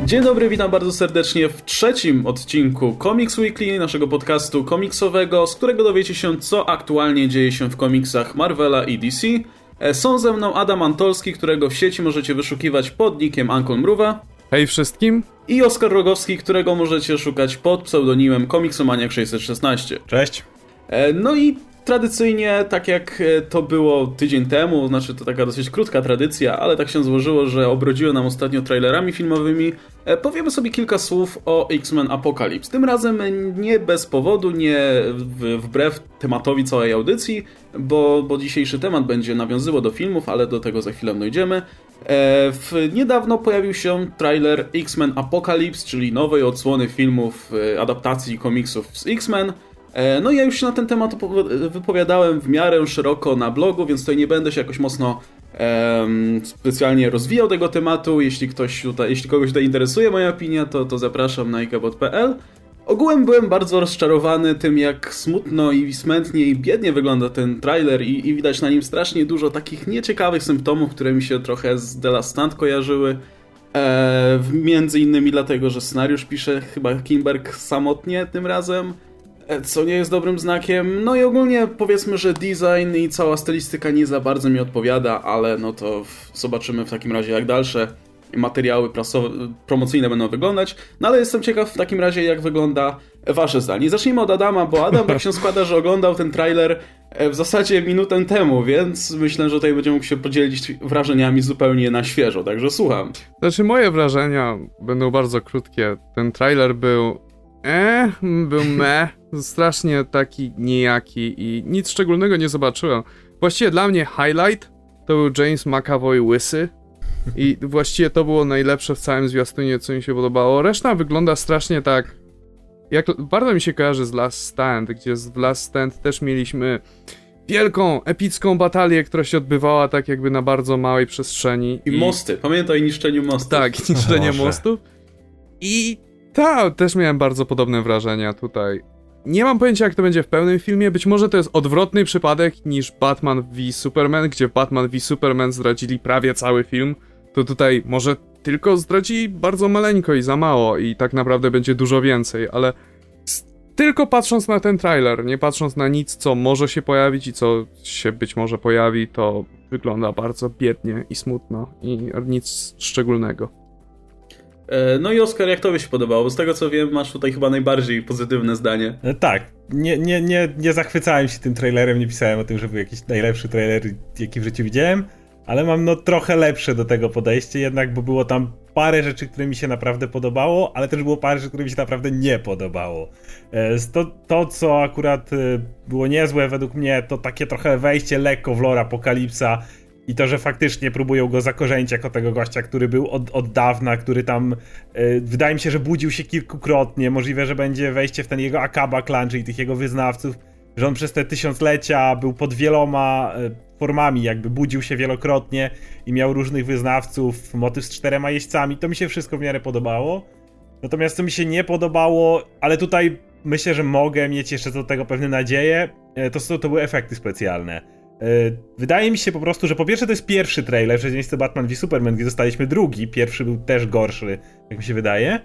Dzień dobry, witam bardzo serdecznie w trzecim odcinku Comics Weekly, naszego podcastu komiksowego, z którego dowiecie się, co aktualnie dzieje się w komiksach Marvela i DC. Są ze mną Adam Antolski, którego w sieci możecie wyszukiwać pod nickiem Uncle Mruwa. Hej wszystkim. I Oskar Rogowski, którego możecie szukać pod pseudonimem Komiksomaniak616. Cześć. No i tradycyjnie, tak jak to było tydzień temu, znaczy to taka dosyć krótka tradycja, ale tak się złożyło, że obrodziło nam ostatnio trailerami filmowymi, powiemy sobie kilka słów o X-Men Apocalypse. Tym razem nie bez powodu, nie wbrew tematowi całej audycji, bo dzisiejszy temat będzie nawiązywał do filmów, ale do tego za chwilę dojdziemy. Niedawno pojawił się trailer X-Men Apocalypse, czyli nowej odsłony filmów, adaptacji komiksów z X-Men. No i ja już się na ten temat wypowiadałem w miarę szeroko na blogu, więc tutaj nie będę się jakoś mocno specjalnie rozwijał tego tematu. Jeśli kogoś tutaj interesuje moja opinia, to zapraszam na ikebot.pl. Ogółem byłem bardzo rozczarowany tym, jak smutno i smętnie i biednie wygląda ten trailer i widać na nim strasznie dużo takich nieciekawych symptomów, które mi się trochę z The Last Stand kojarzyły. Między innymi dlatego, że scenariusz pisze chyba Kinberg samotnie tym razem, co nie jest dobrym znakiem. No i ogólnie powiedzmy, że design i cała stylistyka nie za bardzo mi odpowiada, ale no to zobaczymy w takim razie, jak dalsze materiały promocyjne będą wyglądać. No ale jestem ciekaw w takim razie, jak wygląda wasze zdanie. Zacznijmy od Adama, bo Adam tak się składa, że oglądał ten trailer w zasadzie minutę temu, więc myślę, że tutaj będzie mógł się podzielić wrażeniami zupełnie na świeżo, także słucham. Znaczy moje wrażenia będą bardzo krótkie. Ten trailer był strasznie taki nijaki i nic szczególnego nie zobaczyłem. Właściwie dla mnie highlight to był James McAvoy łysy i właściwie to było najlepsze w całym zwiastunie, co mi się podobało. Reszta wygląda strasznie tak, jak bardzo mi się kojarzy z Last Stand, gdzie w Last Stand też mieliśmy wielką, epicką batalię, która się odbywała tak jakby na bardzo małej przestrzeni. I mosty, pamiętaj o niszczeniu mostów. Tak, niszczenie mostów. I też miałem bardzo podobne wrażenia tutaj. Nie mam pojęcia, jak to będzie w pełnym filmie. Być może to jest odwrotny przypadek niż Batman v Superman, gdzie Batman v Superman zdradzili prawie cały film. To tutaj może tylko zdradzili bardzo maleńko i za mało i tak naprawdę będzie dużo więcej, ale tylko patrząc na ten trailer, nie patrząc na nic, co może się pojawić i co się być może pojawi, to wygląda bardzo biednie i smutno i nic szczególnego. No i Oskar, jak tobie się podobało? Bo z tego co wiem, masz tutaj chyba najbardziej pozytywne zdanie. Tak, nie zachwycałem się tym trailerem, nie pisałem o tym, że był jakiś najlepszy trailer, jaki w życiu widziałem, ale mam trochę lepsze do tego podejście jednak, bo było tam parę rzeczy, które mi się naprawdę podobało, ale też było parę rzeczy, które mi się naprawdę nie podobało. To co akurat było niezłe według mnie, to takie trochę wejście lekko w lore Apokalipsa, i to, że faktycznie próbują go zakorzenić jako tego gościa, który był od dawna, który tam, wydaje mi się, że budził się kilkukrotnie, możliwe, że będzie wejście w ten jego Akaba klan, czyli tych jego wyznawców, że on przez te tysiąclecia był pod wieloma formami, jakby budził się wielokrotnie i miał różnych wyznawców, motyw z 4 jeźdźcami, to mi się wszystko w miarę podobało. Natomiast co mi się nie podobało, ale tutaj myślę, że mogę mieć jeszcze do tego pewne nadzieje, to były efekty specjalne. Wydaje mi się po prostu, że po pierwsze to jest pierwszy trailer, w przeciwieństwie do Batman v Superman, gdzie dostaliśmy drugi, pierwszy był też gorszy, jak mi się wydaje.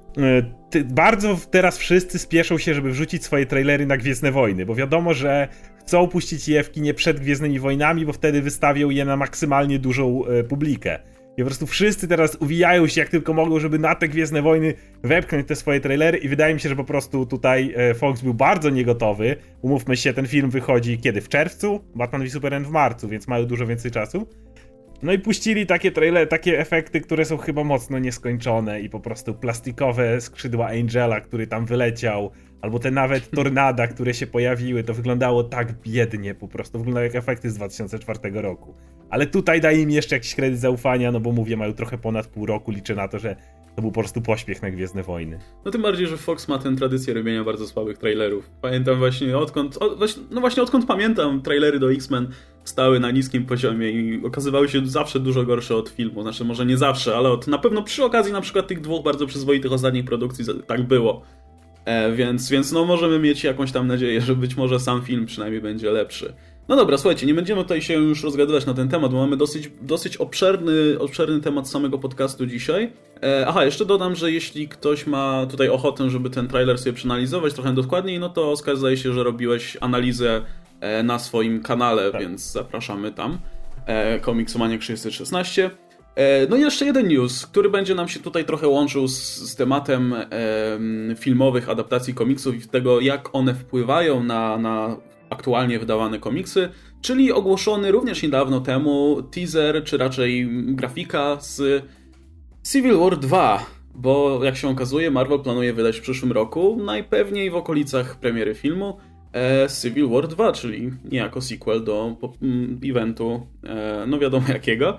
Bardzo teraz wszyscy spieszą się, żeby wrzucić swoje trailery na Gwiezdne Wojny, bo wiadomo, że chcą puścić je w kinie przed Gwiezdnymi Wojnami, bo wtedy wystawią je na maksymalnie dużą publikę. I po prostu wszyscy teraz uwijają się jak tylko mogą, żeby na te Gwiezdne Wojny wepchnąć te swoje trailery i wydaje mi się, że po prostu tutaj Fox był bardzo niegotowy. Umówmy się, ten film wychodzi kiedy? W czerwcu? Batman v Superman w marcu, więc mają dużo więcej czasu. No i puścili takie trailery, takie efekty, które są chyba mocno nieskończone i po prostu plastikowe skrzydła Angela, który tam wyleciał, albo te nawet tornada, które się pojawiły, to wyglądało tak biednie po prostu, wyglądały jak efekty z 2004 roku. Ale tutaj daje im jeszcze jakiś kredyt zaufania, no bo mówię, mają trochę ponad pół roku, liczę na to, że to był po prostu pośpiech na Gwiezdne Wojny. No tym bardziej, że Fox ma tę tradycję robienia bardzo słabych trailerów. Pamiętam właśnie odkąd pamiętam, trailery do X-Men stały na niskim poziomie i okazywały się zawsze dużo gorsze od filmu. Znaczy może nie zawsze, ale na pewno przy okazji na przykład tych dwóch bardzo przyzwoitych ostatnich produkcji tak było. Więc no możemy mieć jakąś tam nadzieję, że być może sam film przynajmniej będzie lepszy. No dobra, słuchajcie, nie będziemy tutaj się już rozgadywać na ten temat, bo mamy dosyć obszerny temat samego podcastu dzisiaj. Aha, jeszcze dodam, że jeśli ktoś ma tutaj ochotę, żeby ten trailer sobie przeanalizować trochę dokładniej, no to Oskar, zdaje się, że robiłeś analizę na swoim kanale, tak. Więc zapraszamy tam. Komiksomaniak 616. No i jeszcze jeden news, który będzie nam się tutaj trochę łączył z tematem filmowych adaptacji komiksów i tego, jak one wpływają na aktualnie wydawane komiksy, czyli ogłoszony również niedawno temu teaser, czy raczej grafika z Civil War 2, bo jak się okazuje, Marvel planuje wydać w przyszłym roku, najpewniej w okolicach premiery filmu, Civil War 2, czyli niejako sequel do eventu, no wiadomo jakiego.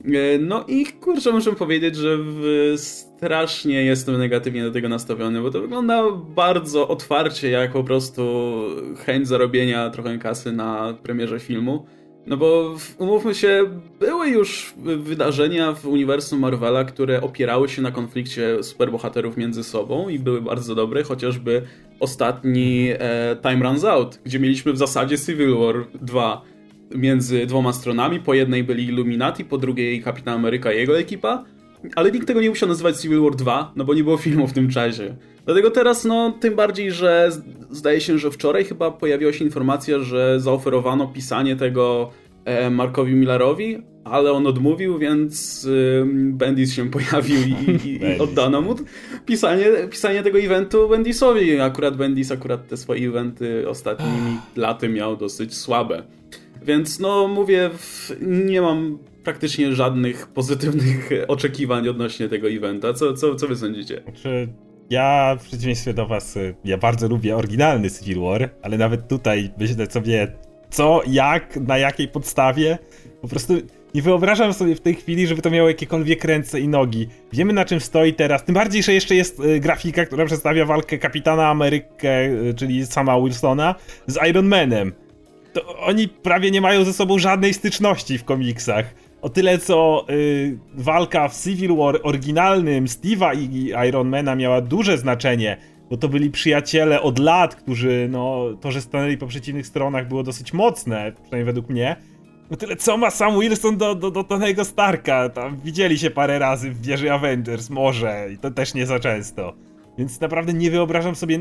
No i kurczę, muszę powiedzieć, że strasznie jestem negatywnie do tego nastawiony, bo to wygląda bardzo otwarcie jak po prostu chęć zarobienia trochę kasy na premierze filmu. No bo umówmy się, były już wydarzenia w uniwersum Marvela, które opierały się na konflikcie superbohaterów między sobą i były bardzo dobre, chociażby ostatni Time Runs Out, gdzie mieliśmy w zasadzie Civil War 2 między dwoma stronami. Po jednej byli Illuminati, po drugiej Kapitan Ameryka i jego ekipa, ale nikt tego nie musiał nazywać Civil War 2, no bo nie było filmu w tym czasie. Dlatego teraz, no tym bardziej, że zdaje się, że wczoraj chyba pojawiła się informacja, że zaoferowano pisanie tego Markowi Millerowi, ale on odmówił, więc Bendis się pojawił i oddano mu pisanie tego eventu Bendisowi. Akurat te swoje eventy ostatnimi laty miał dosyć słabe. Więc no mówię, nie mam praktycznie żadnych pozytywnych oczekiwań odnośnie tego eventa. Co wy sądzicie? Znaczy, ja w przeciwieństwie do was, ja bardzo lubię oryginalny Civil War, ale nawet tutaj myślę sobie, co, jak, na jakiej podstawie. Po prostu nie wyobrażam sobie w tej chwili, żeby to miało jakiekolwiek ręce i nogi. Wiemy, na czym stoi teraz. Tym bardziej, że jeszcze jest grafika, która przedstawia walkę Kapitana Amerykę, czyli sama Wilsona, z Iron Manem. To oni prawie nie mają ze sobą żadnej styczności w komiksach. O tyle, co walka w Civil War oryginalnym Steve'a i Ironmana miała duże znaczenie, bo to byli przyjaciele od lat, którzy, no, to, że stanęli po przeciwnych stronach było dosyć mocne, przynajmniej według mnie. O tyle, co ma Sam Wilson do Tonego Starka? Tam widzieli się parę razy w wieży Avengers, może, i to też nie za często. Więc naprawdę nie wyobrażam sobie,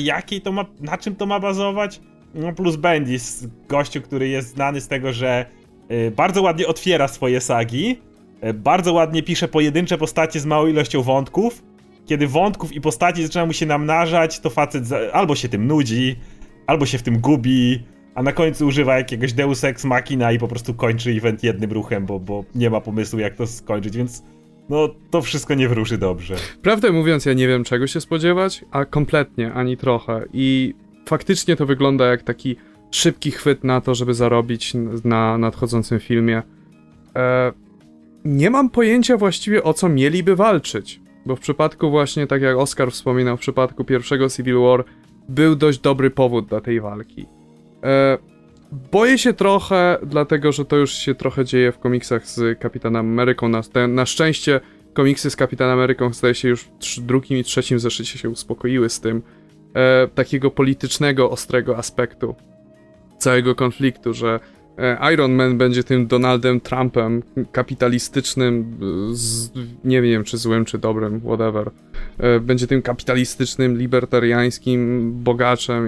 na czym to ma bazować. No plus Bendis, gościu, który jest znany z tego, że bardzo ładnie otwiera swoje sagi, bardzo ładnie pisze pojedyncze postacie z małą ilością wątków. Kiedy wątków i postaci zaczyna mu się namnażać, to facet albo się tym nudzi, albo się w tym gubi, a na końcu używa jakiegoś Deus Ex Machina i po prostu kończy event jednym ruchem, bo nie ma pomysłu, jak to skończyć, więc no to wszystko nie wróży dobrze. Prawdę mówiąc, ja nie wiem, czego się spodziewać, a kompletnie, ani trochę. I faktycznie to wygląda jak taki szybki chwyt na to, żeby zarobić na nadchodzącym filmie. Nie mam pojęcia właściwie, o co mieliby walczyć, bo w przypadku właśnie, tak jak Oskar wspominał, w przypadku pierwszego Civil War był dość dobry powód dla tej walki. Boję się trochę, dlatego że to już się trochę dzieje w komiksach z Kapitanem Ameryką. Na szczęście komiksy z Kapitanem Ameryką, zdaje się, już w drugim i trzecim zeszycie się uspokoiły z tym. Takiego politycznego, ostrego aspektu całego konfliktu, że Iron Man będzie tym Donaldem Trumpem kapitalistycznym, nie wiem czy złym, czy dobrym, whatever. Będzie tym kapitalistycznym, libertariańskim bogaczem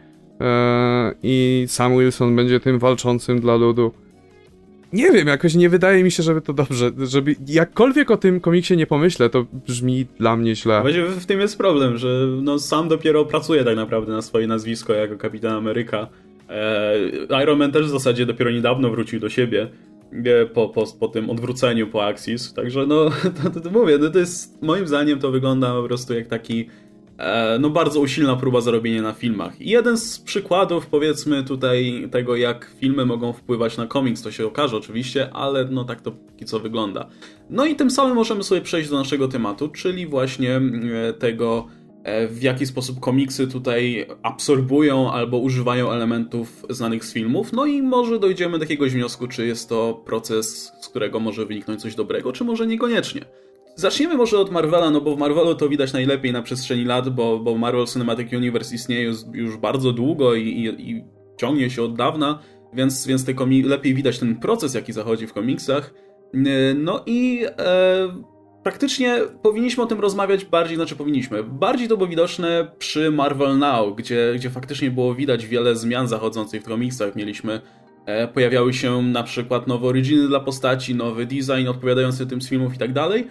i Sam Wilson będzie tym walczącym dla ludu. Nie wiem, jakoś nie wydaje mi się, żeby to dobrze, żeby jakkolwiek o tym komiksie nie pomyślę, to brzmi dla mnie źle. Właśnie w tym jest problem, że no sam dopiero pracuje tak naprawdę na swoje nazwisko jako Kapitan Ameryka. Iron Man też w zasadzie dopiero niedawno wrócił do siebie po tym odwróceniu po Axis, także no to mówię, no to jest, moim zdaniem to wygląda po prostu jak taki no bardzo usilna próba zarobienia na filmach. I jeden z przykładów, powiedzmy tutaj tego, jak filmy mogą wpływać na komiks, to się okaże oczywiście, ale no tak to póki co wygląda. No i tym samym możemy sobie przejść do naszego tematu, czyli właśnie tego, w jaki sposób komiksy tutaj absorbują albo używają elementów znanych z filmów. No i może dojdziemy do jakiegoś wniosku, czy jest to proces, z którego może wyniknąć coś dobrego, czy może niekoniecznie. Zaczniemy może od Marvela, no bo w Marvelu to widać najlepiej na przestrzeni lat, bo Marvel Cinematic Universe istnieje już bardzo długo i ciągnie się od dawna. więc lepiej widać ten proces, jaki zachodzi w komiksach. No i praktycznie powinniśmy o tym rozmawiać bardziej to było widoczne przy Marvel Now, gdzie faktycznie było widać wiele zmian zachodzących w komiksach. Pojawiały się na przykład nowe originy dla postaci, nowy design odpowiadający tym z filmów i tak dalej.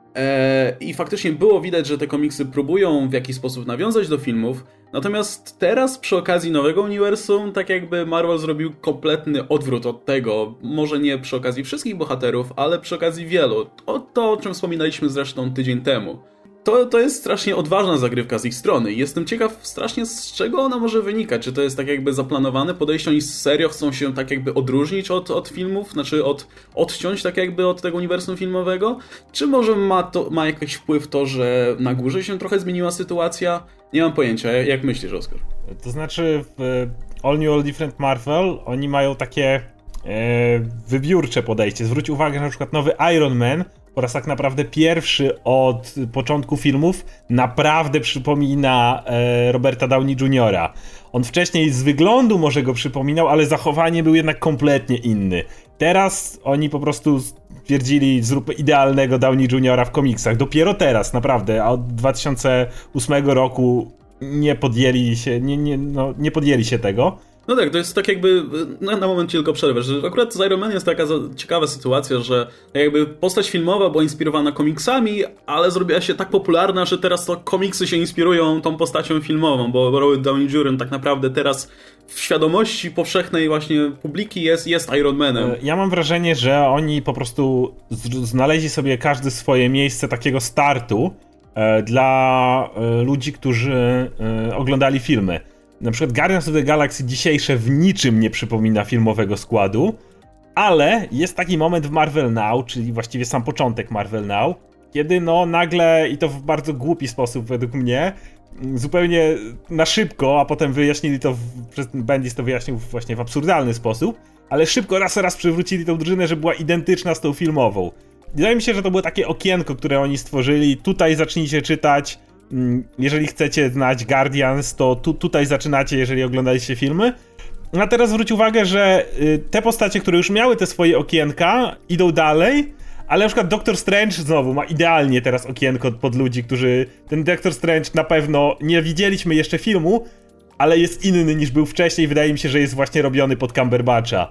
I faktycznie było widać, że te komiksy próbują w jakiś sposób nawiązać do filmów, natomiast teraz przy okazji nowego uniwersum tak jakby Marvel zrobił kompletny odwrót od tego, może nie przy okazji wszystkich bohaterów, ale przy okazji wielu. O czym wspominaliśmy zresztą tydzień temu. To jest strasznie odważna zagrywka z ich strony i jestem ciekaw strasznie, z czego ona może wynikać. Czy to jest tak jakby zaplanowane podejście, oni serio chcą się tak jakby odróżnić od filmów, znaczy odciąć tak jakby od tego uniwersum filmowego? Czy może ma jakiś wpływ to, że na górze się trochę zmieniła sytuacja? Nie mam pojęcia. Jak myślisz, Oskar? To znaczy w All New, All Different Marvel oni mają takie wybiórcze podejście. Zwróć uwagę, że na przykład nowy Iron Man po raz tak naprawdę pierwszy od początku filmów naprawdę przypomina Roberta Downey Jr. On wcześniej z wyglądu może go przypominał, ale zachowanie był jednak kompletnie inny. Teraz oni po prostu stwierdzili, zrób idealnego Downey Jr. w komiksach. Dopiero teraz, naprawdę, a od 2008 roku nie podjęli się tego. No tak, to jest tak jakby, na moment tylko przerwę, że akurat z Iron Man jest taka ciekawa sytuacja, że jakby postać filmowa była inspirowana komiksami, ale zrobiła się tak popularna, że teraz to komiksy się inspirują tą postacią filmową, bo Robert Downey Jr. tak naprawdę teraz w świadomości powszechnej właśnie publiki jest Iron Manem. Ja mam wrażenie, że oni po prostu znaleźli sobie każdy swoje miejsce takiego startu dla ludzi, którzy oglądali filmy. Na przykład Guardians of the Galaxy dzisiejsze w niczym nie przypomina filmowego składu, ale jest taki moment w Marvel Now, czyli właściwie sam początek Marvel Now, kiedy nagle, i to w bardzo głupi sposób według mnie, zupełnie na szybko, a potem wyjaśnili to, Bendis to wyjaśnił właśnie w absurdalny sposób, ale szybko raz przywrócili tą drużynę, że była identyczna z tą filmową. Wydaje mi się, że to było takie okienko, które oni stworzyli, tutaj zacznijcie czytać. Jeżeli chcecie znać Guardians, to tutaj zaczynacie, jeżeli oglądaliście filmy. A teraz zwróć uwagę, że te postacie, które już miały te swoje okienka, idą dalej, ale na przykład Doctor Strange znowu ma idealnie teraz okienko pod ludzi, którzy... Ten Doctor Strange na pewno nie widzieliśmy jeszcze filmu, ale jest inny niż był wcześniej. Wydaje mi się, że jest właśnie robiony pod Cumberbatcha.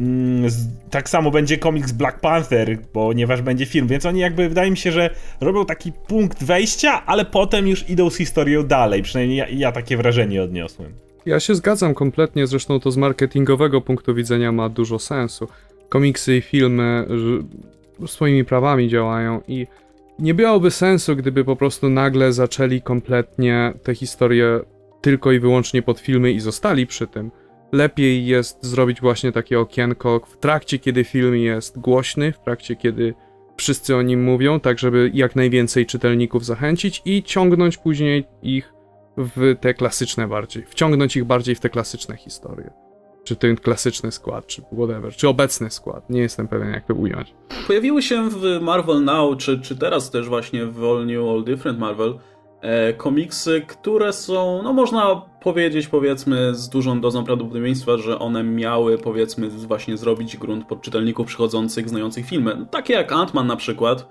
Tak samo będzie komiks Black Panther, ponieważ będzie film, więc oni jakby, wydaje mi się, że robią taki punkt wejścia, ale potem już idą z historią dalej, przynajmniej ja takie wrażenie odniosłem. Ja się zgadzam kompletnie, zresztą to z marketingowego punktu widzenia ma dużo sensu. Komiksy i filmy swoimi prawami działają i nie miałoby sensu, gdyby po prostu nagle zaczęli kompletnie te historie tylko i wyłącznie pod filmy i zostali przy tym. Lepiej jest zrobić właśnie takie okienko w trakcie, kiedy film jest głośny, w trakcie, kiedy wszyscy o nim mówią, tak żeby jak najwięcej czytelników zachęcić i ciągnąć później ich w te klasyczne bardziej. Wciągnąć ich bardziej w te klasyczne historie. Czy ten klasyczny skład, czy whatever, czy obecny skład. Nie jestem pewien, jak to ująć. Pojawiły się w Marvel Now, czy teraz też właśnie w All New, All Different Marvel, komiksy, które są, można powiedzieć, powiedzmy, z dużą dozą prawdopodobieństwa, że one miały, powiedzmy, właśnie zrobić grunt pod czytelników przychodzących, znających filmy. Takie jak Ant-Man na przykład,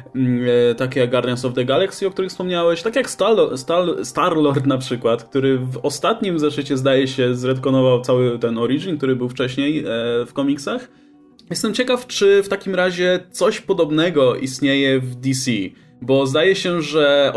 takie jak Guardians of the Galaxy, o których wspomniałeś, tak jak Star-Lord na przykład, który w ostatnim zeszycie, zdaje się, zretkonował cały ten origin, który był wcześniej w komiksach. Jestem ciekaw, czy w takim razie coś podobnego istnieje w DC. Bo zdaje się, że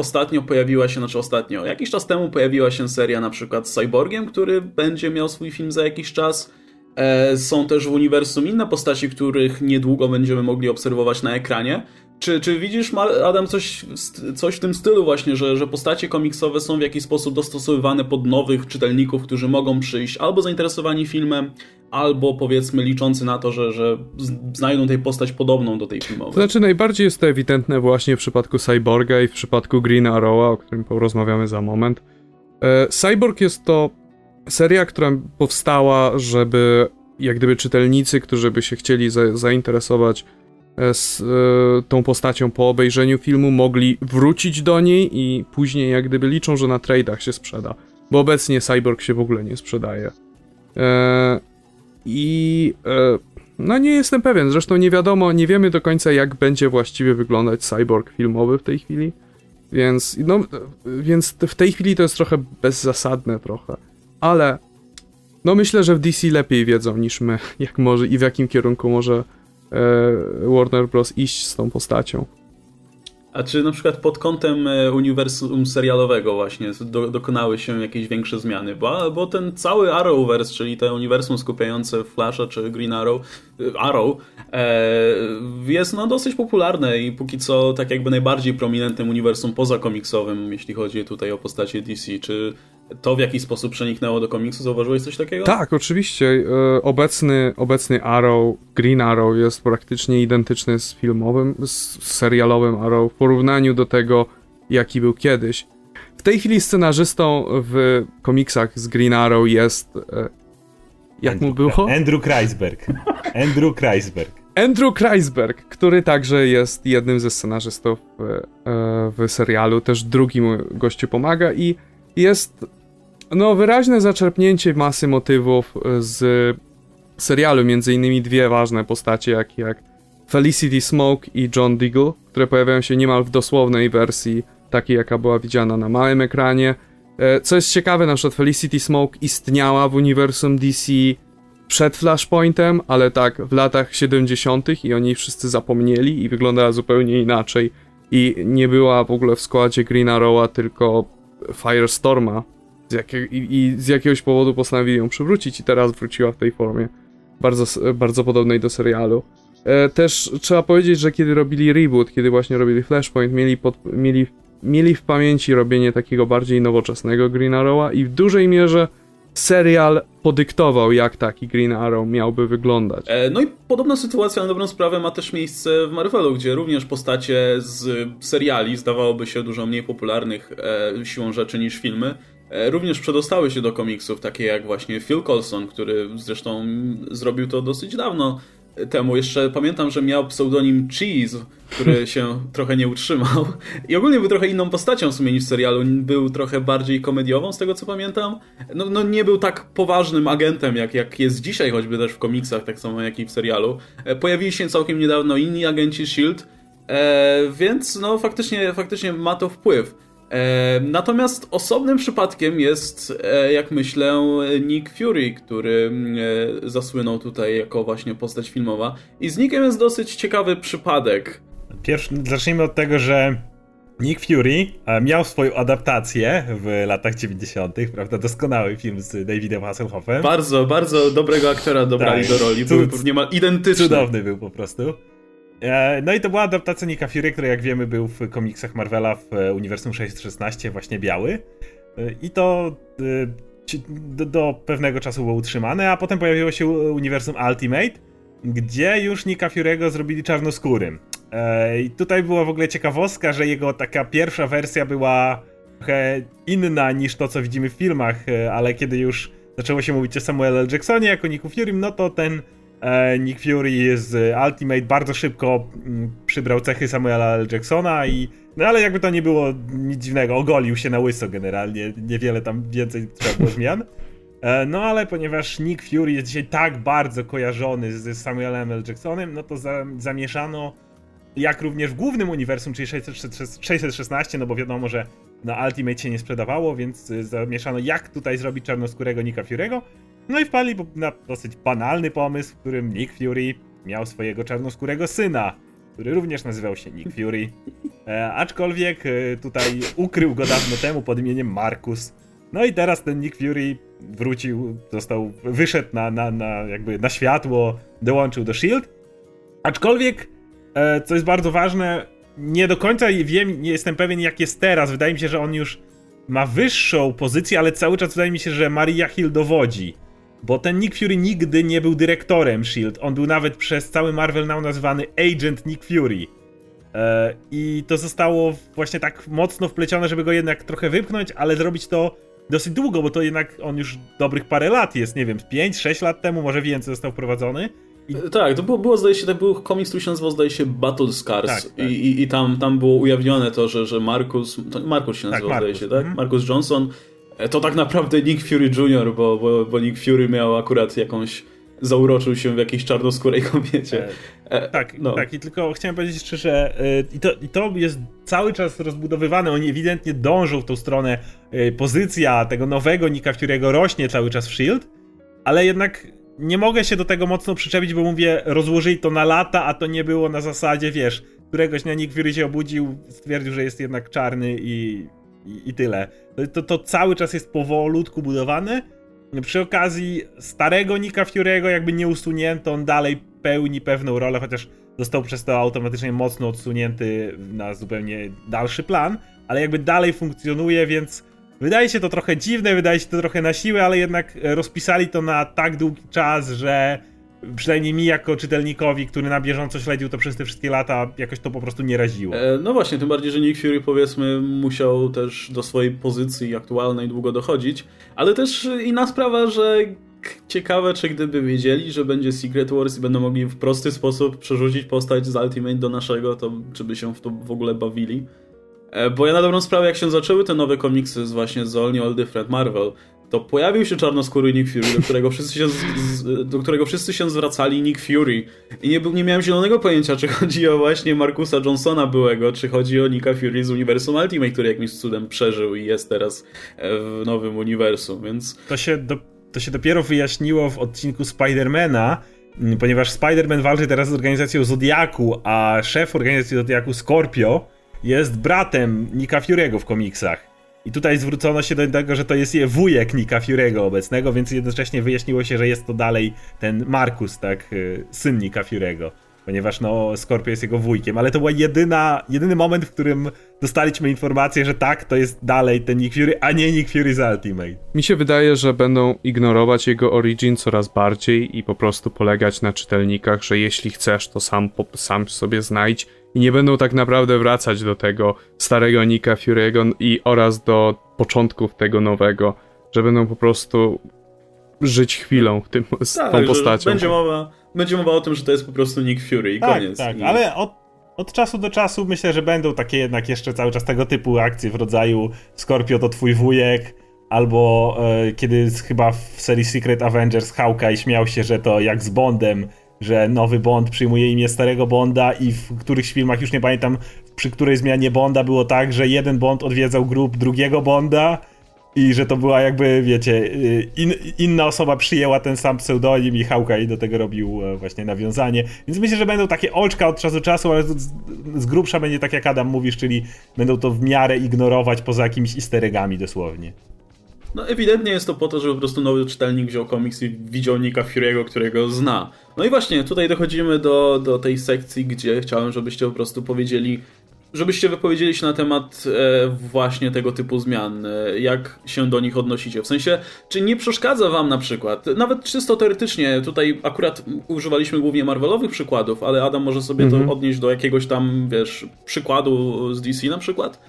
jakiś czas temu pojawiła się seria na przykład z Cyborgiem, który będzie miał swój film za jakiś czas. Są też w uniwersum inne postaci, których niedługo będziemy mogli obserwować na ekranie. Czy widzisz, Adam, coś w tym stylu właśnie, że postacie komiksowe są w jakiś sposób dostosowywane pod nowych czytelników, którzy mogą przyjść albo zainteresowani filmem, albo powiedzmy liczący na to, że znajdą tej postać podobną do tej filmowej? To znaczy najbardziej jest to ewidentne właśnie w przypadku Cyborga i w przypadku Green Arrowa, o którym porozmawiamy za moment. Cyborg jest to seria, która powstała, żeby jak gdyby czytelnicy, którzy by się chcieli zainteresować z tą postacią po obejrzeniu filmu, mogli wrócić do niej i później jak gdyby liczą, że na trade'ach się sprzeda. Bo obecnie Cyborg się w ogóle nie sprzedaje. I no nie jestem pewien, zresztą nie wiadomo, nie wiemy do końca, jak będzie właściwie wyglądać Cyborg filmowy w tej chwili, więc w tej chwili to jest trochę bezzasadne trochę, ale no myślę, że w DC lepiej wiedzą niż my, jak może i w jakim kierunku może Warner Bros. Iść z tą postacią. A czy na przykład pod kątem uniwersum serialowego właśnie dokonały się jakieś większe zmiany? Bo ten cały Arrowverse, czyli to uniwersum skupiające Flasha czy Green Arrow jest no dosyć popularne i póki co tak jakby najbardziej prominentnym uniwersum pozakomiksowym, jeśli chodzi tutaj o postacie DC. Czy to w jakiś sposób przeniknęło do komiksu? Zauważyłeś coś takiego? Tak, oczywiście. Obecny Arrow, Green Arrow jest praktycznie identyczny z filmowym, z serialowym Arrow w porównaniu do tego, jaki był kiedyś. W tej chwili scenarzystą w komiksach z Green Arrow jest... jak mu było? Andrew Kreisberg, który także jest jednym ze scenarzystów w serialu. Też drugim gościu pomaga i jest no wyraźne zaczerpnięcie masy motywów z serialu, między innymi dwie ważne postacie, jak Felicity Smoke i John Diggle, które pojawiają się niemal w dosłownej wersji, takiej jaka była widziana na małym ekranie. Co jest ciekawe, na przykład Felicity Smoke istniała w uniwersum DC przed Flashpointem, ale tak w latach 70. i o niej wszyscy zapomnieli i wyglądała zupełnie inaczej i nie była w ogóle w składzie Green Arrowa, tylko Firestorma i z jakiegoś powodu postanowili ją przywrócić i teraz wróciła w tej formie bardzo podobnej do serialu. Też trzeba powiedzieć, że kiedy robili reboot, kiedy właśnie robili Flashpoint, mieli w pamięci robienie takiego bardziej nowoczesnego Green Arrowa i w dużej mierze serial podyktował, jak taki Green Arrow miałby wyglądać. No i podobna sytuacja na dobrą sprawę ma też miejsce w Marvelu, gdzie również postacie z seriali, zdawałoby się dużo mniej popularnych siłą rzeczy niż filmy, również przedostały się do komiksów, takie jak właśnie Phil Coulson, który zresztą zrobił to dosyć dawno temu. Jeszcze pamiętam, że miał pseudonim Cheese, który się trochę nie utrzymał i ogólnie był trochę inną postacią w sumie niż w serialu. Był trochę bardziej komediową, z tego co pamiętam. No nie był tak poważnym agentem, jak jest dzisiaj, choćby też w komiksach, tak samo jak i w serialu. Pojawili się całkiem niedawno inni agenci S.H.I.E.L.D., więc no faktycznie ma to wpływ. Natomiast osobnym przypadkiem jest, jak myślę, Nick Fury, który zasłynął tutaj jako właśnie postać filmowa. I z Nickiem jest dosyć ciekawy przypadek. Zacznijmy od tego, że Nick Fury miał swoją adaptację w latach 90., prawda? Doskonały film z Davidem Hasselhoffem. Bardzo, bardzo dobrego aktora dobrali do roli. Były niemal identyczne. Cudowny był po prostu. No i to była adaptacja Nicka Fury, który jak wiemy był w komiksach Marvela w uniwersum 616, właśnie biały. I to do pewnego czasu było utrzymane, a potem pojawiło się uniwersum Ultimate, gdzie już Nicka Fury'ego zrobili czarnoskórym. I tutaj była w ogóle ciekawostka, że jego taka pierwsza wersja była trochę inna niż to, co widzimy w filmach, ale kiedy już zaczęło się mówić o Samuel L. Jacksonie jako Nicku Furym, no to ten Nick Fury z Ultimate bardzo szybko przybrał cechy Samuela L. Jacksona no ale jakby to nie było nic dziwnego, ogolił się na łyso generalnie, niewiele tam więcej trzeba było zmian. No ale ponieważ Nick Fury jest dzisiaj tak bardzo kojarzony z Samuelem L. Jacksonem, no to zamieszano, jak również w głównym uniwersum, czyli 616, no bo wiadomo, że na Ultimate się nie sprzedawało, więc zamieszano, jak tutaj zrobić czarnoskórego Nicka Fury'ego. No i wpadli na dosyć banalny pomysł, w którym Nick Fury miał swojego czarnoskórego syna, który również nazywał się Nick Fury. Aczkolwiek tutaj ukrył go dawno temu pod imieniem Marcus. No i teraz ten Nick Fury wrócił, wyszedł na światło, dołączył do S.H.I.E.L.D. Aczkolwiek, co jest bardzo ważne, nie do końca wiem, nie jestem pewien jak jest teraz. Wydaje mi się, że on już ma wyższą pozycję, ale cały czas wydaje mi się, że Maria Hill dowodzi. Bo ten Nick Fury nigdy nie był dyrektorem S.H.I.E.L.D. On był nawet przez cały Marvel Now nazywany Agent Nick Fury. I to zostało właśnie tak mocno wplecione, żeby go jednak trochę wypchnąć, ale zrobić to dosyć długo, bo to jednak on już dobrych parę lat jest, nie wiem, 5-6 lat temu, może więcej został wprowadzony. Tak, to było zdaje się, był komiks, który się nazywał, zdaje się, Battle Scars. Tak. I tam było ujawnione to, że Marcus się nazywał, zdaje się, tak? Marcus Johnson to tak naprawdę Nick Fury Jr., bo Nick Fury miał akurat jakąś zauroczył się w jakiejś czarnoskórej kobiecie. Tak, i tylko chciałem powiedzieć jeszcze, że i to jest cały czas rozbudowywane, oni ewidentnie dążą w tą stronę, pozycja tego nowego Nicka Fury'ego rośnie cały czas w S.H.I.E.L.D., ale jednak nie mogę się do tego mocno przyczepić, bo mówię, rozłożyli to na lata, a to nie było na zasadzie, wiesz, któregoś dnia Nick Fury się obudził, stwierdził, że jest jednak czarny i tyle. To cały czas jest powolutku budowane. Przy okazji starego Nicka Fury'ego jakby nie usunięto, on dalej pełni pewną rolę, chociaż został przez to automatycznie mocno odsunięty na zupełnie dalszy plan, ale jakby dalej funkcjonuje, więc wydaje się to trochę dziwne, wydaje się to trochę na siłę, ale jednak rozpisali to na tak długi czas, że przynajmniej mi jako czytelnikowi, który na bieżąco śledził to przez te wszystkie lata, jakoś to po prostu nie raziło. No właśnie, tym bardziej, że Nick Fury, powiedzmy, musiał też do swojej pozycji aktualnej długo dochodzić, ale też inna sprawa, że ciekawe, czy gdyby wiedzieli, że będzie Secret Wars i będą mogli w prosty sposób przerzucić postać z Ultimate do naszego, to czy by się w to w ogóle bawili? Bo ja na dobrą sprawę, jak się zaczęły te nowe komiksy z All New All Different Marvel, to pojawił się czarnoskóry Nick Fury, do którego wszyscy się zwracali Nick Fury. I nie miałem zielonego pojęcia, czy chodzi o właśnie Marcusa Johnsona byłego, czy chodzi o Nicka Fury z uniwersum Ultimate, który jakimś cudem przeżył i jest teraz w nowym uniwersum, więc... To się dopiero wyjaśniło w odcinku Spidermana, ponieważ Spider-Man walczy teraz z organizacją Zodiaku, a szef organizacji Zodiaku, Scorpio, jest bratem Nicka Fury'ego w komiksach. I tutaj zwrócono się do tego, że to jest wujek Nicka Fury'ego obecnego, więc jednocześnie wyjaśniło się, że jest to dalej ten Marcus, tak, syn Nicka Fury'ego. Ponieważ Scorpio jest jego wujkiem, ale to był jedyny moment, w którym dostaliśmy informację, że tak, to jest dalej ten Nick Fury, a nie Nick Fury z Ultimate. Mi się wydaje, że będą ignorować jego origin coraz bardziej i po prostu polegać na czytelnikach, że jeśli chcesz, to sam sobie znajdź i nie będą tak naprawdę wracać do tego starego Nicka Fury'ego oraz do początków tego nowego, że będą po prostu żyć chwilą z tą postacią. Będzie mowa o tym, że to jest po prostu Nick Fury i koniec. Tak, ale od czasu do czasu myślę, że będą takie jednak jeszcze cały czas tego typu akcje w rodzaju Scorpio to twój wujek, albo kiedy chyba w serii Secret Avengers Hawkeye śmiał się, że to jak z Bondem, że nowy Bond przyjmuje imię starego Bonda i w którychś filmach, już nie pamiętam, przy której zmianie Bonda było tak, że jeden Bond odwiedzał grób drugiego Bonda i że to była jakby, wiecie, inna osoba przyjęła ten sam pseudonim i Hawkeye do tego robił właśnie nawiązanie. Więc myślę, że będą takie oczka od czasu do czasu, ale z grubsza będzie tak jak Adam mówisz, czyli będą to w miarę ignorować poza jakimiś easter eggami dosłownie. No ewidentnie jest to po to, żeby po prostu nowy czytelnik wziął komiks i widział Nicka Fury'ego, którego zna. No i właśnie, tutaj dochodzimy do tej sekcji, gdzie chciałem, żebyście po prostu wypowiedzieli się na temat właśnie tego typu zmian, jak się do nich odnosicie. W sensie, czy nie przeszkadza wam na przykład, nawet czysto teoretycznie, tutaj akurat używaliśmy głównie Marvelowych przykładów, ale Adam może sobie to odnieść do jakiegoś tam, wiesz, przykładu z DC na przykład.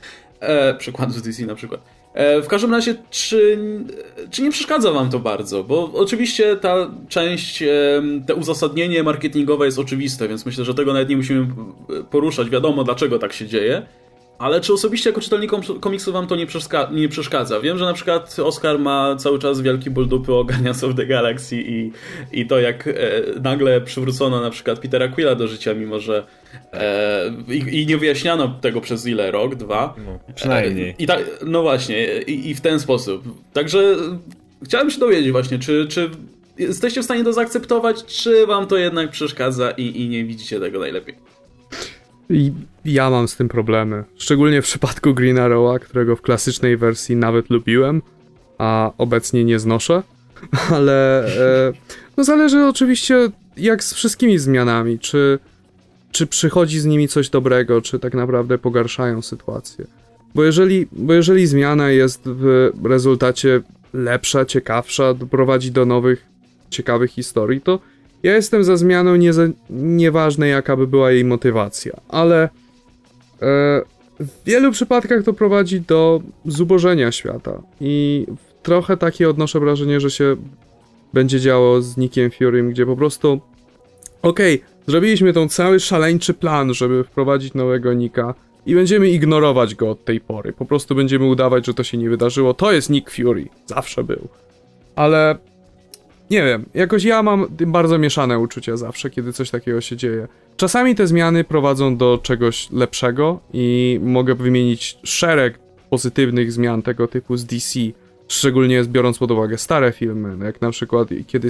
W każdym razie, czy nie przeszkadza wam to bardzo? Bo oczywiście ta część, te uzasadnienie marketingowe jest oczywiste, więc myślę, że tego nawet nie musimy poruszać. Wiadomo, dlaczego tak się dzieje. Ale czy osobiście jako czytelnikom komiksu wam to nie przeszkadza? Wiem, że na przykład Oscar ma cały czas wielki ból dupy o Guardians of the Galaxy i to, jak nagle przywrócono na przykład Petera Quilla do życia, mimo że i nie wyjaśniano tego przez ile? Rok, 2? No, przynajmniej. No właśnie, i w ten sposób. Także chciałem się dowiedzieć właśnie, czy jesteście w stanie to zaakceptować, czy wam to jednak przeszkadza i nie widzicie tego najlepiej? I ja mam z tym problemy. Szczególnie w przypadku Green Arrowa, którego w klasycznej wersji nawet lubiłem, a obecnie nie znoszę. Ale no zależy oczywiście jak z wszystkimi zmianami, czy przychodzi z nimi coś dobrego, czy tak naprawdę pogarszają sytuację. Bo jeżeli zmiana jest w rezultacie lepsza, ciekawsza, doprowadzi do nowych, ciekawych historii, to ja jestem za zmianą, nieważne jaka by była jej motywacja, ale w wielu przypadkach to prowadzi do zubożenia świata i trochę takie odnoszę wrażenie, że się będzie działo z Nickiem Furym, gdzie po prostu zrobiliśmy ten cały szaleńczy plan, żeby wprowadzić nowego Nicka i będziemy ignorować go od tej pory, po prostu będziemy udawać, że to się nie wydarzyło, to jest Nick Fury, zawsze był, ale Nie wiem, jakoś ja mam bardzo mieszane uczucia zawsze, kiedy coś takiego się dzieje. Czasami te zmiany prowadzą do czegoś lepszego i mogę wymienić szereg pozytywnych zmian tego typu z DC, szczególnie biorąc pod uwagę stare filmy, jak na przykład kiedy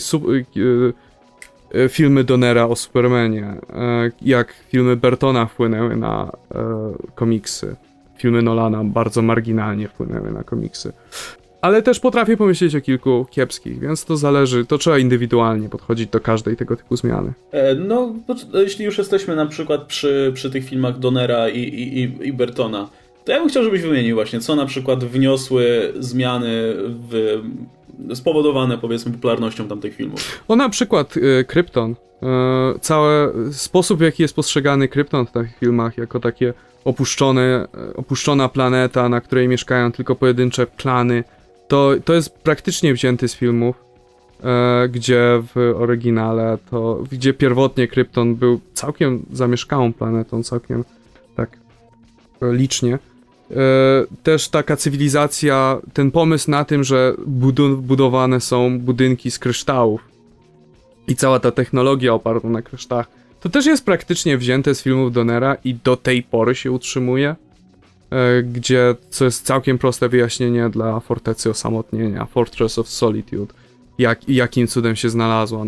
filmy Donnera o Supermanie, jak filmy Burtona wpłynęły na komiksy. Filmy Nolana bardzo marginalnie wpłynęły na komiksy. Ale też potrafię pomyśleć o kilku kiepskich, więc to zależy, to trzeba indywidualnie podchodzić do każdej tego typu zmiany. No, jeśli już jesteśmy na przykład przy tych filmach Donnera i Burtona, to ja bym chciał, żebyś wymienił właśnie, co na przykład wniosły zmiany spowodowane, powiedzmy, popularnością tamtych filmów. Na przykład Krypton. Cały sposób, w jaki jest postrzegany Krypton w tych filmach, jako takie opuszczona planeta, na której mieszkają tylko pojedyncze klany, to jest praktycznie wzięty z filmów, gdzie w oryginale gdzie pierwotnie Krypton był całkiem zamieszkałą planetą, całkiem tak licznie. Też taka cywilizacja, ten pomysł na tym, że budowane są budynki z kryształów i cała ta technologia oparta na kryształach, to też jest praktycznie wzięte z filmów Donnera i do tej pory się utrzymuje, co jest całkiem proste wyjaśnienie dla Fortecy Osamotnienia, Fortress of Solitude, jakim cudem się znalazła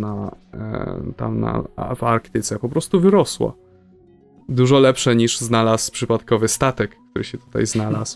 w Arktyce, po prostu wyrosła. Dużo lepsze niż znalazł przypadkowy statek, który się tutaj znalazł.